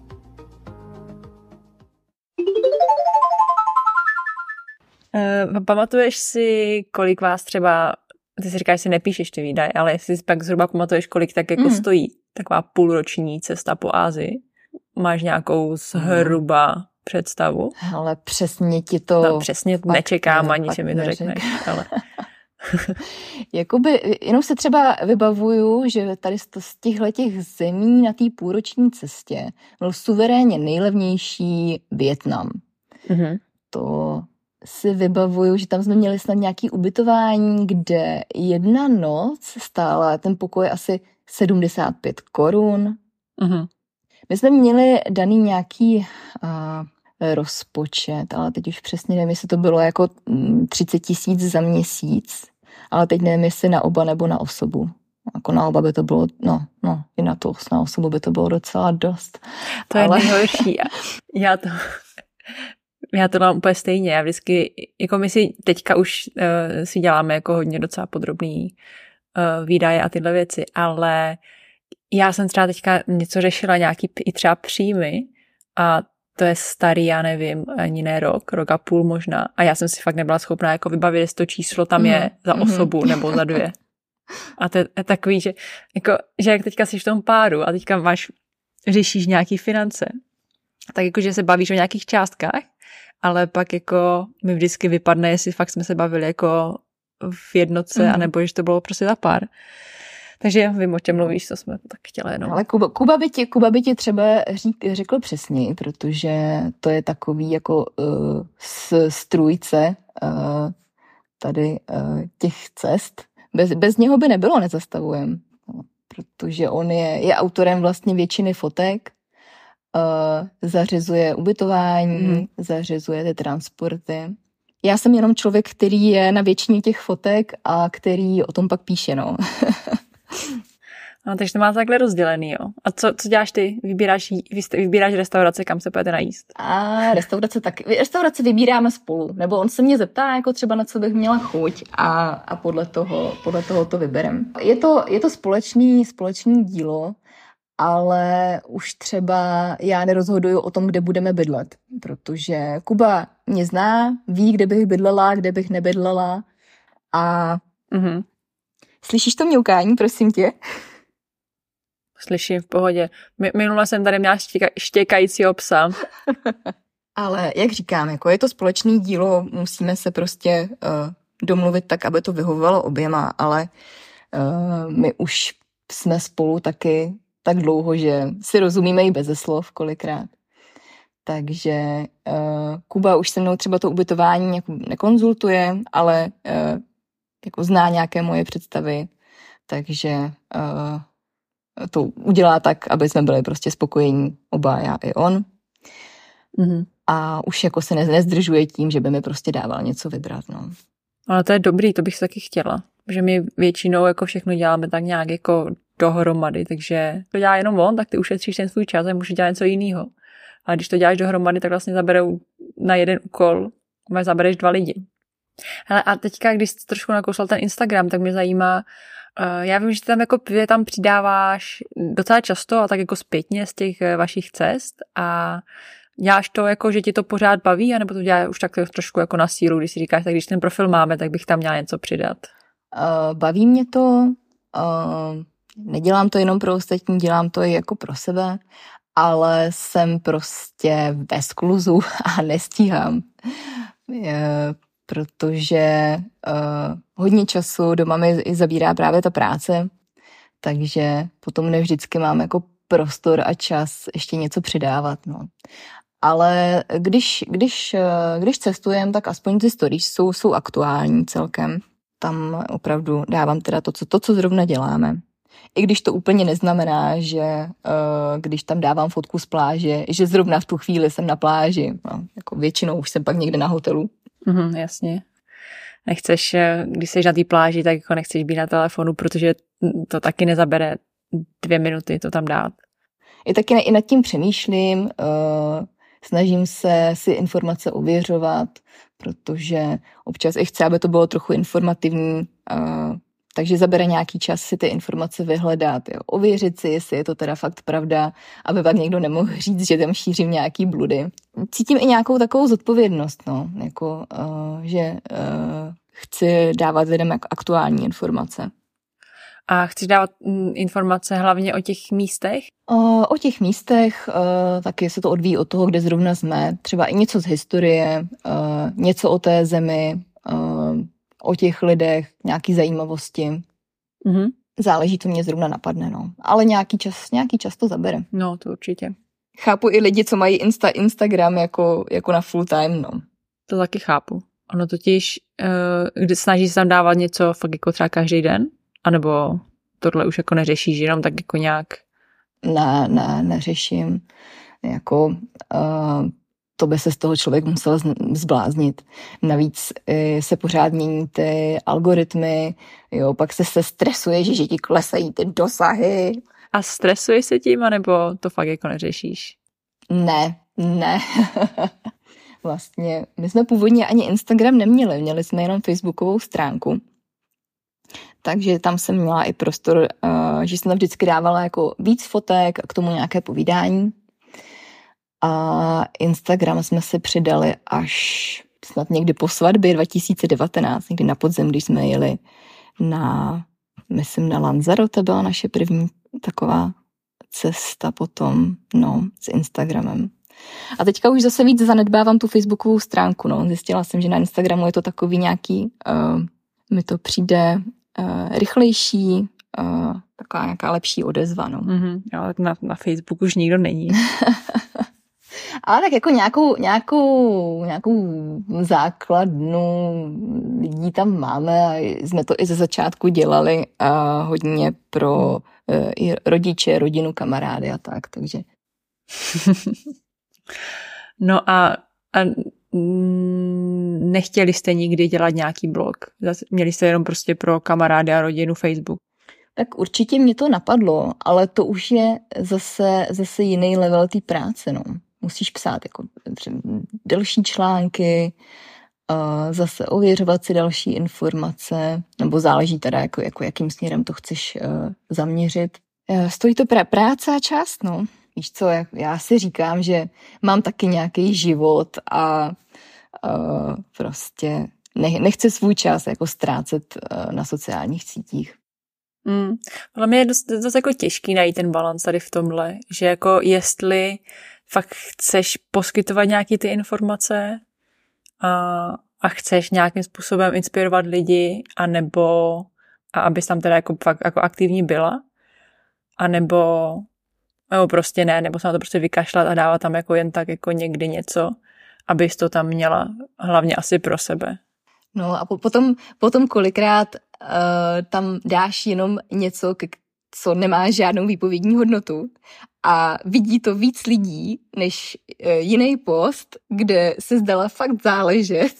Uh, pamatuješ si, kolik vás třeba, ty si říkáš, že si nepíšeš ty výdaje, ale jestli si pak zhruba pamatuješ, kolik tak jako mm. stojí taková půlroční cesta po Asii? Máš nějakou zhruba představu? Ale přesně ti to... No, přesně nečekám, ne, ani si mi to řekneš. Ale... Jakoby, jenom se třeba vybavuju, že tady z těchhletěch zemí na té půlroční cestě byl suverénně nejlevnější Vietnam. Mm-hmm. To si vybavuju, že tam jsme měli snad nějaké ubytování, kde jedna noc stála, ten pokoj asi sedmdesát pět korun. Mm-hmm. My jsme měli daný nějaký uh, rozpočet, ale teď už přesně nevím, jestli to bylo jako třicet tisíc za měsíc, ale teď nevím, jestli na oba nebo na osobu. Jako na oba by to bylo, no, no, i na to, na osobu by to bylo docela dost. To ale... je nejhorší. Já to... Já to mám úplně stejně. Já vždycky, jako my si teďka už uh, si děláme jako hodně docela podrobný uh, výdaje a tyhle věci, ale já jsem třeba teďka něco řešila, nějaký i třeba příjmy a to je starý, já nevím, ani ne rok, rok a půl možná. A já jsem si fakt nebyla schopná jako vybavit, jestli to číslo tam je mm. za osobu mm. nebo za dvě. A to je takový, že, jako, že jak teďka jsi v tom páru a teďka máš, řešíš nějaký finance, tak jako, že se bavíš o nějakých částkách, ale pak jako mi vždycky vypadne, jestli fakt jsme se bavili jako v jednotce, mm. anebo že to bylo prostě za pár. Takže vím, o čem mluvíš, co jsme tak chtěli jenom. Ale Kuba, Kuba, by ti, Kuba by ti třeba řík, řekl přesněji, protože to je takový jako uh, strůjce uh, tady uh, těch cest. Bez, bez něho by nebylo Nezastavujem, no, protože on je, je autorem vlastně většiny fotek, uh, zařizuje ubytování, hmm. zařizuje ty transporty. Já jsem jenom člověk, který je na většině těch fotek a který o tom pak píše, no. No, takže to má takhle rozdělený, jo. A co, co děláš ty? Vybíráš, vybíráš restaurace, kam se pojete najíst? A restaurace tak, restaurace vybíráme spolu. Nebo on se mě zeptá, jako třeba na co bych měla chuť a, a podle toho, podle toho to vyberem. Je to, je to společný, společný dílo, ale už třeba já nerozhoduju o tom, kde budeme bydlet, protože Kuba mě zná, ví, kde bych bydlela, kde bych nebydlela a mm-hmm. Slyšíš to mňoukání, prosím tě? Slyším v pohodě. Minule jsem tady měla štěka, štěkajícího psa. Ale jak říkám, jako je to společný dílo, musíme se prostě uh, domluvit tak, aby to vyhovovalo oběma, ale uh, my už jsme spolu taky tak dlouho, že si rozumíme i beze slov kolikrát. Takže uh, Kuba už se mnou třeba to ubytování jako nekonzultuje, ale uh, jako zná nějaké moje představy, takže uh, to udělá tak, aby jsme byli prostě spokojení oba, já i on. Mm-hmm. A už jako se nezdržuje tím, že by mi prostě dával něco vybrat, no. Ale to je dobrý, to bych si taky chtěla. Že my většinou jako všechno děláme tak nějak jako dohromady, takže to dělá jenom on, tak ty ušetříš ten svůj čas a můžeš dělat něco jiného. A když to děláš dohromady, tak vlastně zaberou na jeden úkol, máš zabereš dva lidi. Hele, a teďka, když jsi trošku nakousal ten Instagram, tak mě zajímá, uh, já vím, že ty tam jako tam přidáváš docela často a tak jako zpětně z těch vašich cest a děláš to jako, že ti to pořád baví, anebo to děláš už tak trošku jako na sílu, když si říkáš, tak když ten profil máme, tak bych tam měla něco přidat. Uh, baví mě to, uh, nedělám to jenom pro ostatní, dělám to i jako pro sebe, ale jsem prostě ve skluzu a nestíhám, je, protože uh, hodně času doma mi i zabírá právě ta práce, takže potom nevždycky mám jako prostor a čas ještě něco přidávat, no. Ale když, když, když cestujem, tak aspoň ty stories jsou, jsou aktuální celkem. Tam opravdu dávám teda to, co, to, co zrovna děláme. I když to úplně neznamená, že uh, když tam dávám fotku z pláže, že zrovna v tu chvíli jsem na pláži. No, jako většinou už jsem pak někde na hotelu. Mm, jasně. Nechceš, když jsi na té pláži, tak jako nechceš být na telefonu, protože to taky nezabere dvě minuty to tam dát. I taky i nad tím přemýšlím, uh, snažím se si informace ověřovat, protože občas i chci, aby to bylo trochu informativní, uh, takže zabere nějaký čas si ty informace vyhledat, jo. Ověřit si, jestli je to teda fakt pravda, aby pak někdo nemohl říct, že tam šířím nějaký bludy. Cítím i nějakou takovou zodpovědnost, no, jako, uh, že uh, chci dávat lidem aktuální informace. A chceš dávat informace hlavně o těch místech? O, o těch místech uh, taky se to odvíjí od toho, kde zrovna jsme. Třeba i něco z historie, uh, něco o té zemi, uh, o těch lidech, nějaký zajímavosti. Mm-hmm. Záleží, co mě zrovna napadne, no. Ale nějaký čas, nějaký čas to zabere. No, to určitě. Chápu i lidi, co mají Insta, Instagram jako, jako na full time, no. To taky chápu. Ono totiž, uh, když snaží se tam dávat něco fakt jako třeba každý den, anebo tohle už jako neřešíš, jenom tak jako nějak? Ne, ne, neřeším. Jako, uh, to by se z toho člověk musel zbláznit. Navíc uh, se pořád mění ty algoritmy, jo, pak se se stresuje, že, že ti klesají ty dosahy. A stresuješ se tím, anebo to fakt jako neřešíš? Ne, ne. Vlastně, my jsme původně ani Instagram neměli, měli jsme jenom facebookovou stránku. Takže tam jsem měla i prostor, uh, že jsem tam vždycky dávala jako víc fotek a k tomu nějaké povídání. A Instagram jsme si přidali až snad někdy po svatbě dva tisíce devatenáct, někdy na podzim, když jsme jeli na, myslím na Lanzarote, byla naše první taková cesta potom, no, s Instagramem. A teďka už zase víc zanedbávám tu facebookovou stránku, no. Zjistila jsem, že na Instagramu je to takový nějaký, uh, mi to přijde uh, rychlejší, uh, taková nějaká lepší odezva, no. Mm-hmm, ale na, na Facebooku už nikdo není. Ale tak jako nějakou, nějakou, nějakou základnu lidí tam máme a jsme to i ze začátku dělali a hodně pro uh, i rodiče, rodinu, kamarády a tak, takže. No a, a nechtěli jste nikdy dělat nějaký blog? Měli jste jenom prostě pro kamarády a rodinu Facebook? Tak určitě mě to napadlo, ale to už je zase, zase jiný level té práce, no. Musíš psát jako delší články, uh, zase ověřovat si další informace, nebo záleží teda, jako, jako jakým směrem to chceš uh, zaměřit. Uh, stojí to pra- práce a čas, no. Víš co, já si říkám, že mám taky nějaký život a uh, prostě ne- nechci svůj čas jako ztrácet uh, na sociálních sítích. Mm. Ale mě je dost, dost jako těžký najít ten balans tady v tomhle, že jako jestli fakt chceš poskytovat nějaké ty informace a, a chceš nějakým způsobem inspirovat lidi, anebo a abys tam teda jako fakt jako aktivní byla, anebo nebo prostě ne, nebo se na to prostě vykašlat a dávat tam jako jen tak jako někdy něco, abys to tam měla hlavně asi pro sebe. No a po, potom, potom kolikrát uh, tam dáš jenom něco, k, co nemá žádnou výpovědní hodnotu a vidí to víc lidí než uh, jiný post, kde se zdala fakt záležet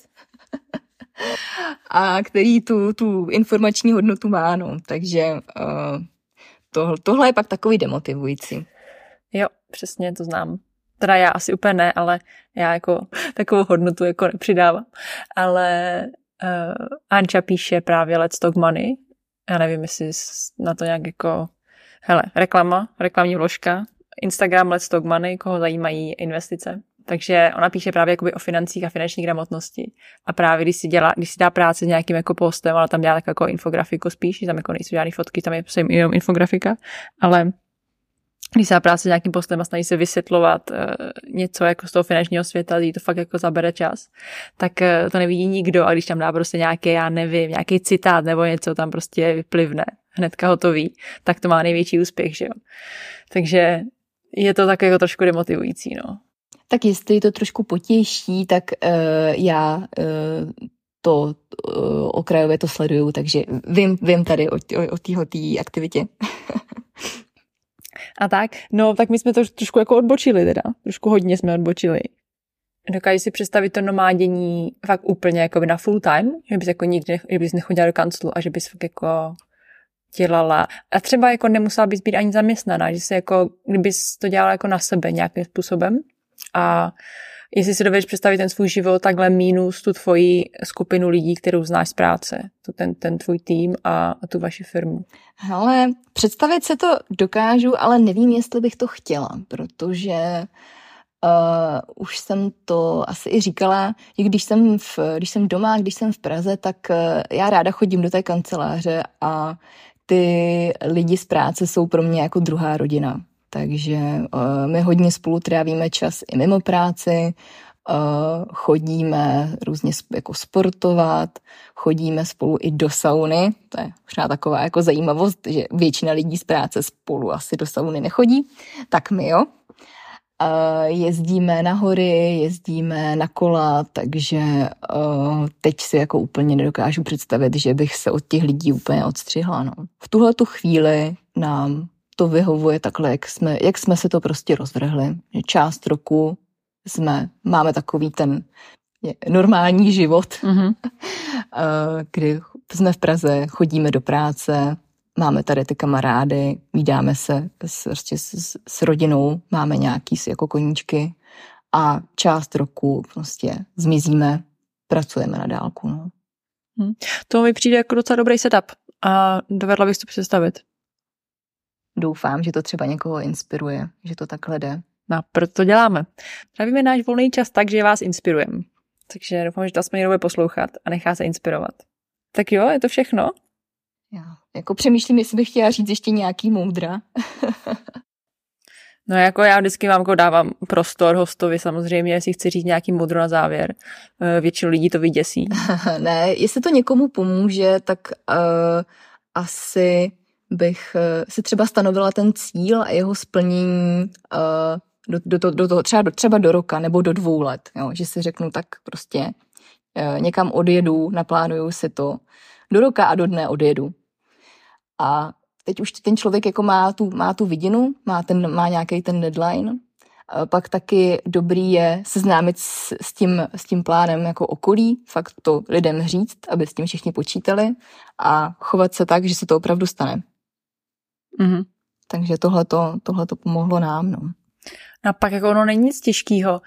a který tu, tu informační hodnotu má, no. Takže uh, to, tohle je pak takový demotivující. Jo, přesně, to znám. Teda já asi úplně ne, ale já jako takovou hodnotu jako nepřidávám. Ale uh, Anča píše právě Let's Talk Money. Já nevím, jestli na to nějak jako... Hele, reklama, reklamní vložka, Instagram Let's Talk Money, koho zajímají investice. Takže ona píše právě jakoby o financích a finanční gramotnosti. A právě když si, dělá, když si dá práci s nějakým jako postem, ona tam dělá tak jako infografiku spíš, tam jako nejsou žádný fotky, tam je jenom infografika, ale když se dá práce s nějakým postem a snaží se vysvětlovat uh, něco jako z toho finančního světa, jí to fakt jako zabere čas, tak uh, to nevidí nikdo a když tam dá prostě nějaký, já nevím, nějaký citát nebo něco tam prostě vyplivne, hnedka hotový, tak to má největší úspěch, že jo. Takže je to tak jako trošku demotivující, no. Tak jestli to trošku potěší, tak uh, já uh, to uh, okrajově to sleduju, takže vím, vím tady o, o, o téhletý aktivitě. A tak, no tak my jsme to trošku jako odbočili teda, trošku hodně jsme odbočili. Dokážeš si představit to nomádění fakt úplně jako na full time, že bys jako nikdy, že bys nechodila do kanclu a že bys fakt jako dělala. A třeba jako nemusela bys být ani zaměstnaná, že se jako, kdybys to dělala jako na sebe nějakým způsobem. A jestli si dovedeš představit ten svůj život takhle mínus tu tvoji skupinu lidí, kterou znáš z práce, to ten, ten tvůj tým a, a tu vaši firmu. Hele, představit se to dokážu, ale nevím, jestli bych to chtěla, protože uh, už jsem to asi i říkala, že když jsem, v, když jsem doma, když jsem v Praze, tak uh, já ráda chodím do té kanceláře a ty lidi z práce jsou pro mě jako druhá rodina. Takže uh, my hodně spolu trávíme čas i mimo práci, uh, chodíme různě jako sportovat, chodíme spolu i do sauny, to je možná taková jako zajímavost, že většina lidí z práce spolu asi do sauny nechodí, tak my jo. Uh, jezdíme na hory, jezdíme na kola, takže uh, teď si jako úplně nedokážu představit, že bych se od těch lidí úplně odstřihla. No. V tuhle tu chvíli nám to vyhovuje takhle, jak jsme, jak jsme se to prostě rozvrhli. Část roku jsme, máme takový ten normální život, mm-hmm. kdy jsme v Praze, chodíme do práce, máme tady ty kamarády, vídáme se s, prostě s, s rodinou, máme nějaký jako koníčky a část roku prostě zmizíme, pracujeme na dálku. No. Hmm. To mi přijde jako docela dobrý setup a dovedla bych to představit. Doufám, že to třeba někoho inspiruje, že to takhle jde. No, proto to děláme. Trávíme náš volný čas tak, že vás inspirujeme. Takže doufám, že to aspoň někdo bude poslouchat a nechá se inspirovat. Tak jo, je to všechno? Já jako přemýšlím, jestli bych chtěla říct ještě nějaký moudra. No jako já vždycky vám jako dávám prostor hostovi samozřejmě, jestli chci říct nějaký moudro na závěr. Většinu lidí to vyděsí. Ne, jestli to někomu pomůže, tak uh, asi bych si třeba stanovila ten cíl a jeho splnění uh, do, do, do, do toho, třeba, do, třeba do roka nebo do dvou let. Jo? Že si řeknu, tak prostě uh, někam odjedu, naplánuju si to. Do roka a do dne odjedu. A teď už ten člověk jako má tu, má tu vidinu, má, ten, má nějaký ten deadline. Uh, pak taky dobrý je seznámit s, s, tím, s tím plánem jako okolí, fakt to lidem říct, aby s tím všichni počítali a chovat se tak, že se to opravdu stane. Mm-hmm. Takže tohleto, tohleto pomohlo nám. No. A pak jako ono není nic těžkého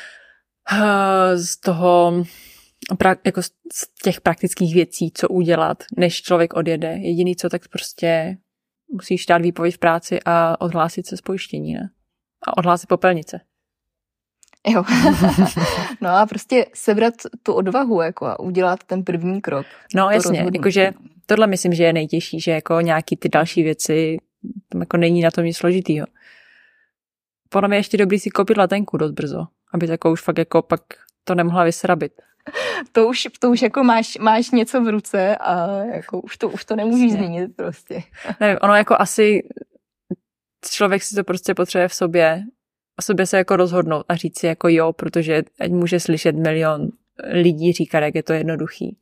z toho, jako z těch praktických věcí, co udělat, než člověk odjede. Jediný co, tak prostě musíš dát výpověď v práci a odhlásit se z pojištění, ne? A odhlásit popelnice. Jo. No a prostě sebrat tu odvahu jako a udělat ten první krok. No jasně, jakože tohle myslím, že je nejtěžší, že jako nějaký ty další věci, tam jako není na tom nic složitýho. Podle mě ještě dobrý si koupit letenku dost brzo, aby jako už fakt jako pak to nemohla vysrabit. To už, to už jako máš, máš něco v ruce a jako už to, už to nemůžeš změnit prostě. Nevím, ono jako asi člověk si to prostě potřebuje v sobě, o sobě se jako rozhodnout a říct si jako jo, protože ať může slyšet milion lidí říkat, jak je to jednoduchý.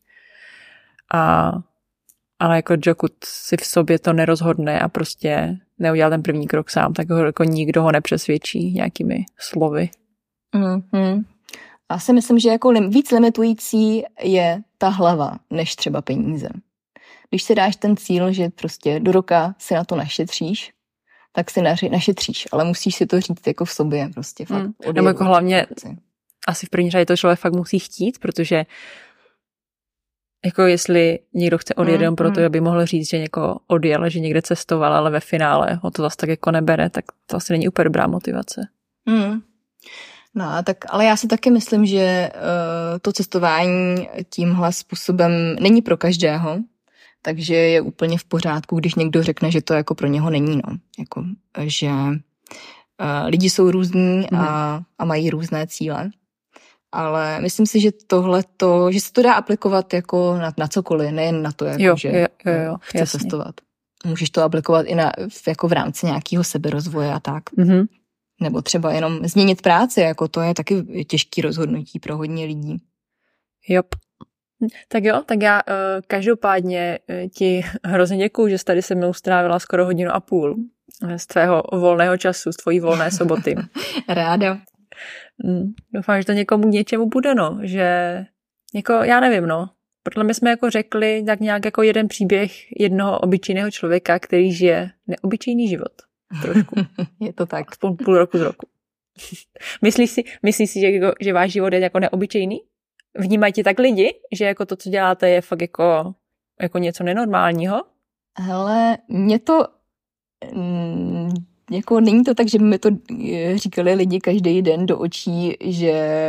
A, ale jako dokud si v sobě to nerozhodne a prostě neudělá ten první krok sám, tak ho, jako nikdo ho nepřesvědčí nějakými slovy. Mm-hmm. Já si myslím, že jako lim, víc limitující je ta hlava, než třeba peníze. Když si dáš ten cíl, že prostě do roka si na to našetříš, tak si naři, našetříš, ale musíš si to říct jako v sobě. Prostě fakt mm. Nebo jako hlavně asi v první řadě to člověk fakt musí chtít, protože jako jestli někdo chce odjet jenom mm, proto, mm. aby mohl říct, že někoho odjel, že někde cestoval, ale ve finále ho to zase tak jako nebere, tak to asi není úplně dobrá motivace. Mm. No, tak, ale já si taky myslím, že uh, to cestování tímhle způsobem není pro každého, takže je úplně v pořádku, když někdo řekne, že to jako pro něho není, no. Jako, že uh, lidi jsou různí mm. a, a mají různé cíle. Ale myslím si, že tohleto, že se to dá aplikovat jako na, na cokoliv, nejen na to, jako, jo, že jo, jo, jo, chce jasně. cestovat. Můžeš to aplikovat i na, jako v rámci nějakého seberozvoje a tak. Mm-hmm. Nebo třeba jenom změnit práci, jako to je taky těžký rozhodnutí pro hodně lidí. Jop. Tak jo, tak já uh, každopádně uh, ti hrozně děkuju, že jsi tady se mnou strávila skoro hodinu a půl z tvého volného času, z tvojí volné soboty. Ráda. Mm, doufám, že to někomu něčemu bude, no, že jako, já nevím, no, protože my jsme jako řekli tak nějak jako jeden příběh jednoho obyčejného člověka, který žije neobyčejný život. Trošku. Je to tak. Aspoň půl roku z roku. myslíš si, myslíš si že, jako, že váš život je jako neobyčejný? Vnímají tě tak lidi, že jako to, co děláte, je fakt jako, jako něco nenormálního? Hele, mě to... Mm, jako není to tak, že by mi to říkali lidi každý den do očí, že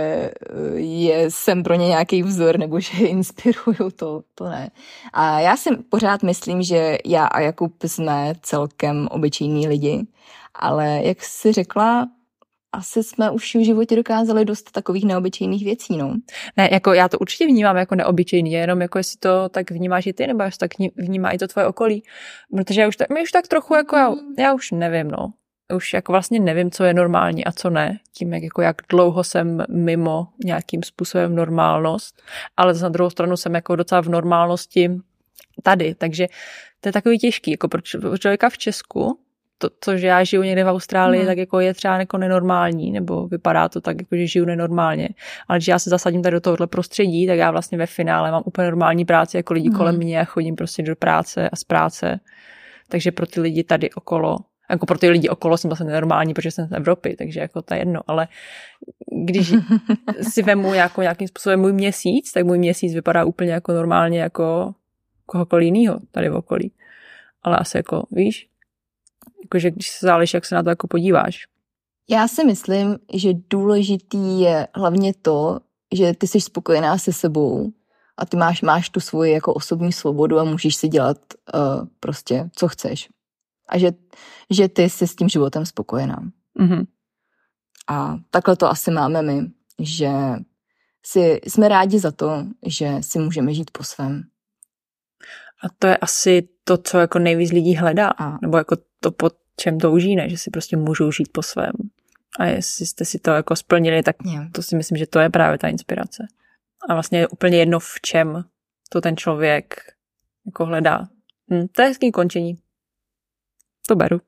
je, jsem pro ně nějaký vzor nebo že je inspiruju, to, to ne. A já si pořád myslím, že já a Jakub jsme celkem obyčejní lidi, ale jak jsi řekla, asi jsme už v životě dokázali dost takových neobyčejných věcí, no. Ne, jako já to určitě vnímám jako neobyčejný, jenom jako jestli to tak vnímáš i ty, nebo jestli tak vnímá i to tvoje okolí. Protože já už tak, my už tak trochu jako, já, já už nevím, no. Už jako vlastně nevím, co je normální a co ne. Tím, jak, jako jak dlouho jsem mimo nějakým způsobem normálnost, ale na druhou stranu jsem jako docela v normálnosti tady, takže to je takový těžký, jako pro člověka v Česku, to, to, že já žiju někde v Austrálii, hmm. tak jako je třeba jako nenormální, nebo vypadá to tak, jako že žiju nenormálně. Ale když já se zasadím tady do tohohle prostředí, tak já vlastně ve finále mám úplně normální práci jako lidi hmm. kolem mě a chodím prostě do práce a z práce. Takže pro ty lidi tady okolo, jako pro ty lidi okolo jsem zase nenormální, protože jsem z Evropy, takže jako to je jedno. Ale když si vemu jako nějakým způsobem můj měsíc, tak můj měsíc vypadá úplně jako normálně jako kohokoliv jinýho tady v okolí. Ale asi jako, víš, jakože když se záleží, jak se na to jako podíváš. Já si myslím, že důležitý je hlavně to, že ty jsi spokojená se sebou a ty máš, máš tu svoji jako osobní svobodu a můžeš si dělat uh, prostě, co chceš. A že, že ty jsi s tím životem spokojená. Mm-hmm. A takhle to asi máme my, že si, jsme rádi za to, že si můžeme žít po svém. A to je asi to, co jako nejvíc lidí hledá. A. Nebo jako to, po čem touží, ne? Že si prostě můžou žít po svém. A jestli jste si to jako splnili, tak yeah. to si myslím, že to je právě ta inspirace. A vlastně je úplně jedno, v čem to ten člověk jako hledá. Hm, to je hezký končení. To beru.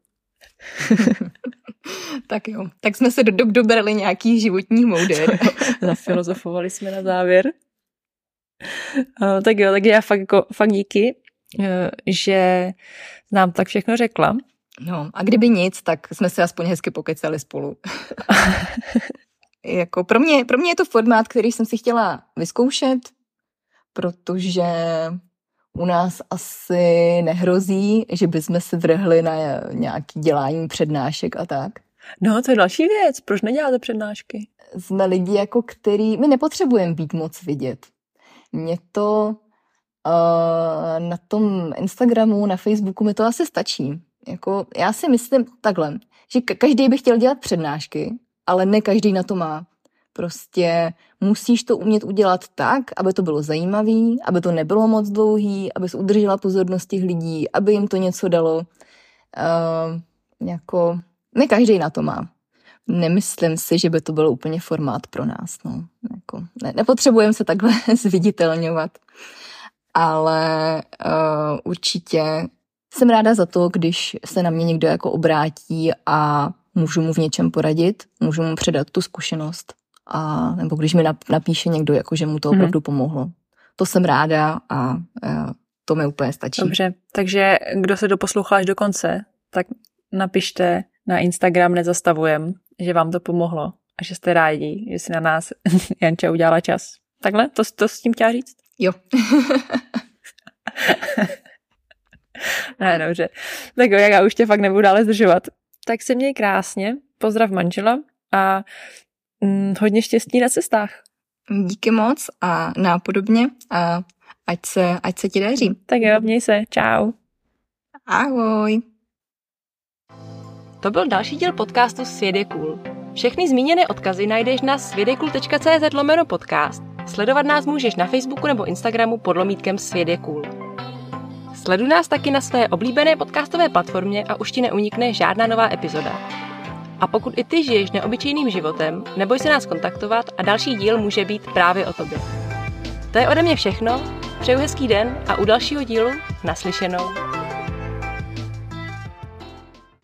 Tak jo. Tak jsme se do, do, dobrali nějakých životních mouder. Zafilozofovali jsme na závěr. Uh, tak jo, tak já fakt, jako, fakt díky, uh, že nám tak všechno řekla. No a kdyby nic, tak jsme se aspoň hezky pokecali spolu. Jako pro mě, pro mě je to formát, který jsem si chtěla vyzkoušet, protože u nás asi nehrozí, že bychom se vrhli na nějaké dělání přednášek a tak. No, to je další věc. Proč neděláte přednášky? Jsme lidi, jako který... My nepotřebujeme být moc vidět. Mně to uh, na tom Instagramu, na Facebooku mi to asi stačí. Jako, já si myslím takhle, že každý by chtěl dělat přednášky, ale ne každý na to má. Prostě musíš to umět udělat tak, aby to bylo zajímavý, aby to nebylo moc dlouhý, aby se udržela pozornost těch lidí, aby jim to něco dalo. Uh, jako, ne každý na to má. Nemyslím si, že by to byl úplně formát pro nás. No. Jako, ne, nepotřebujeme se takhle zviditelňovat. Ale uh, určitě jsem ráda za to, když se na mě někdo jako obrátí a můžu mu v něčem poradit, můžu mu předat tu zkušenost. A, nebo když mi napíše někdo, jako, že mu to opravdu pomohlo. To jsem ráda a uh, to mi úplně stačí. Dobře, takže kdo se doposlouchal až do konce, tak napište na Instagram Nezastavujem, že vám to pomohlo a že jste rádi, že si na nás Janča udělala čas. Takhle? To, to s tím chtěla říct? Jo. Ne, dobře. Tak jo, já už tě fakt nebudu dále zdržovat. Tak se měj krásně, pozdrav manžela a hm, hodně štěstí na cestách. Díky moc a nápodobně a ať se, ať se ti daří. Tak jo, měj se, čau. Ahoj. To byl další díl podcastu Svět je cool. Všechny zmíněné odkazy najdeš na světjecool tečka cz lomeno podcast. Sledovat nás můžeš na Facebooku nebo Instagramu pod lomítkem Svět je cool. Sleduj nás taky na své oblíbené podcastové platformě a už ti neunikne žádná nová epizoda. A pokud i ty žiješ neobyčejným životem, neboj se nás kontaktovat a další díl může být právě o tobě. To je ode mě všechno, přeju hezký den a u dalšího dílu naslyšenou.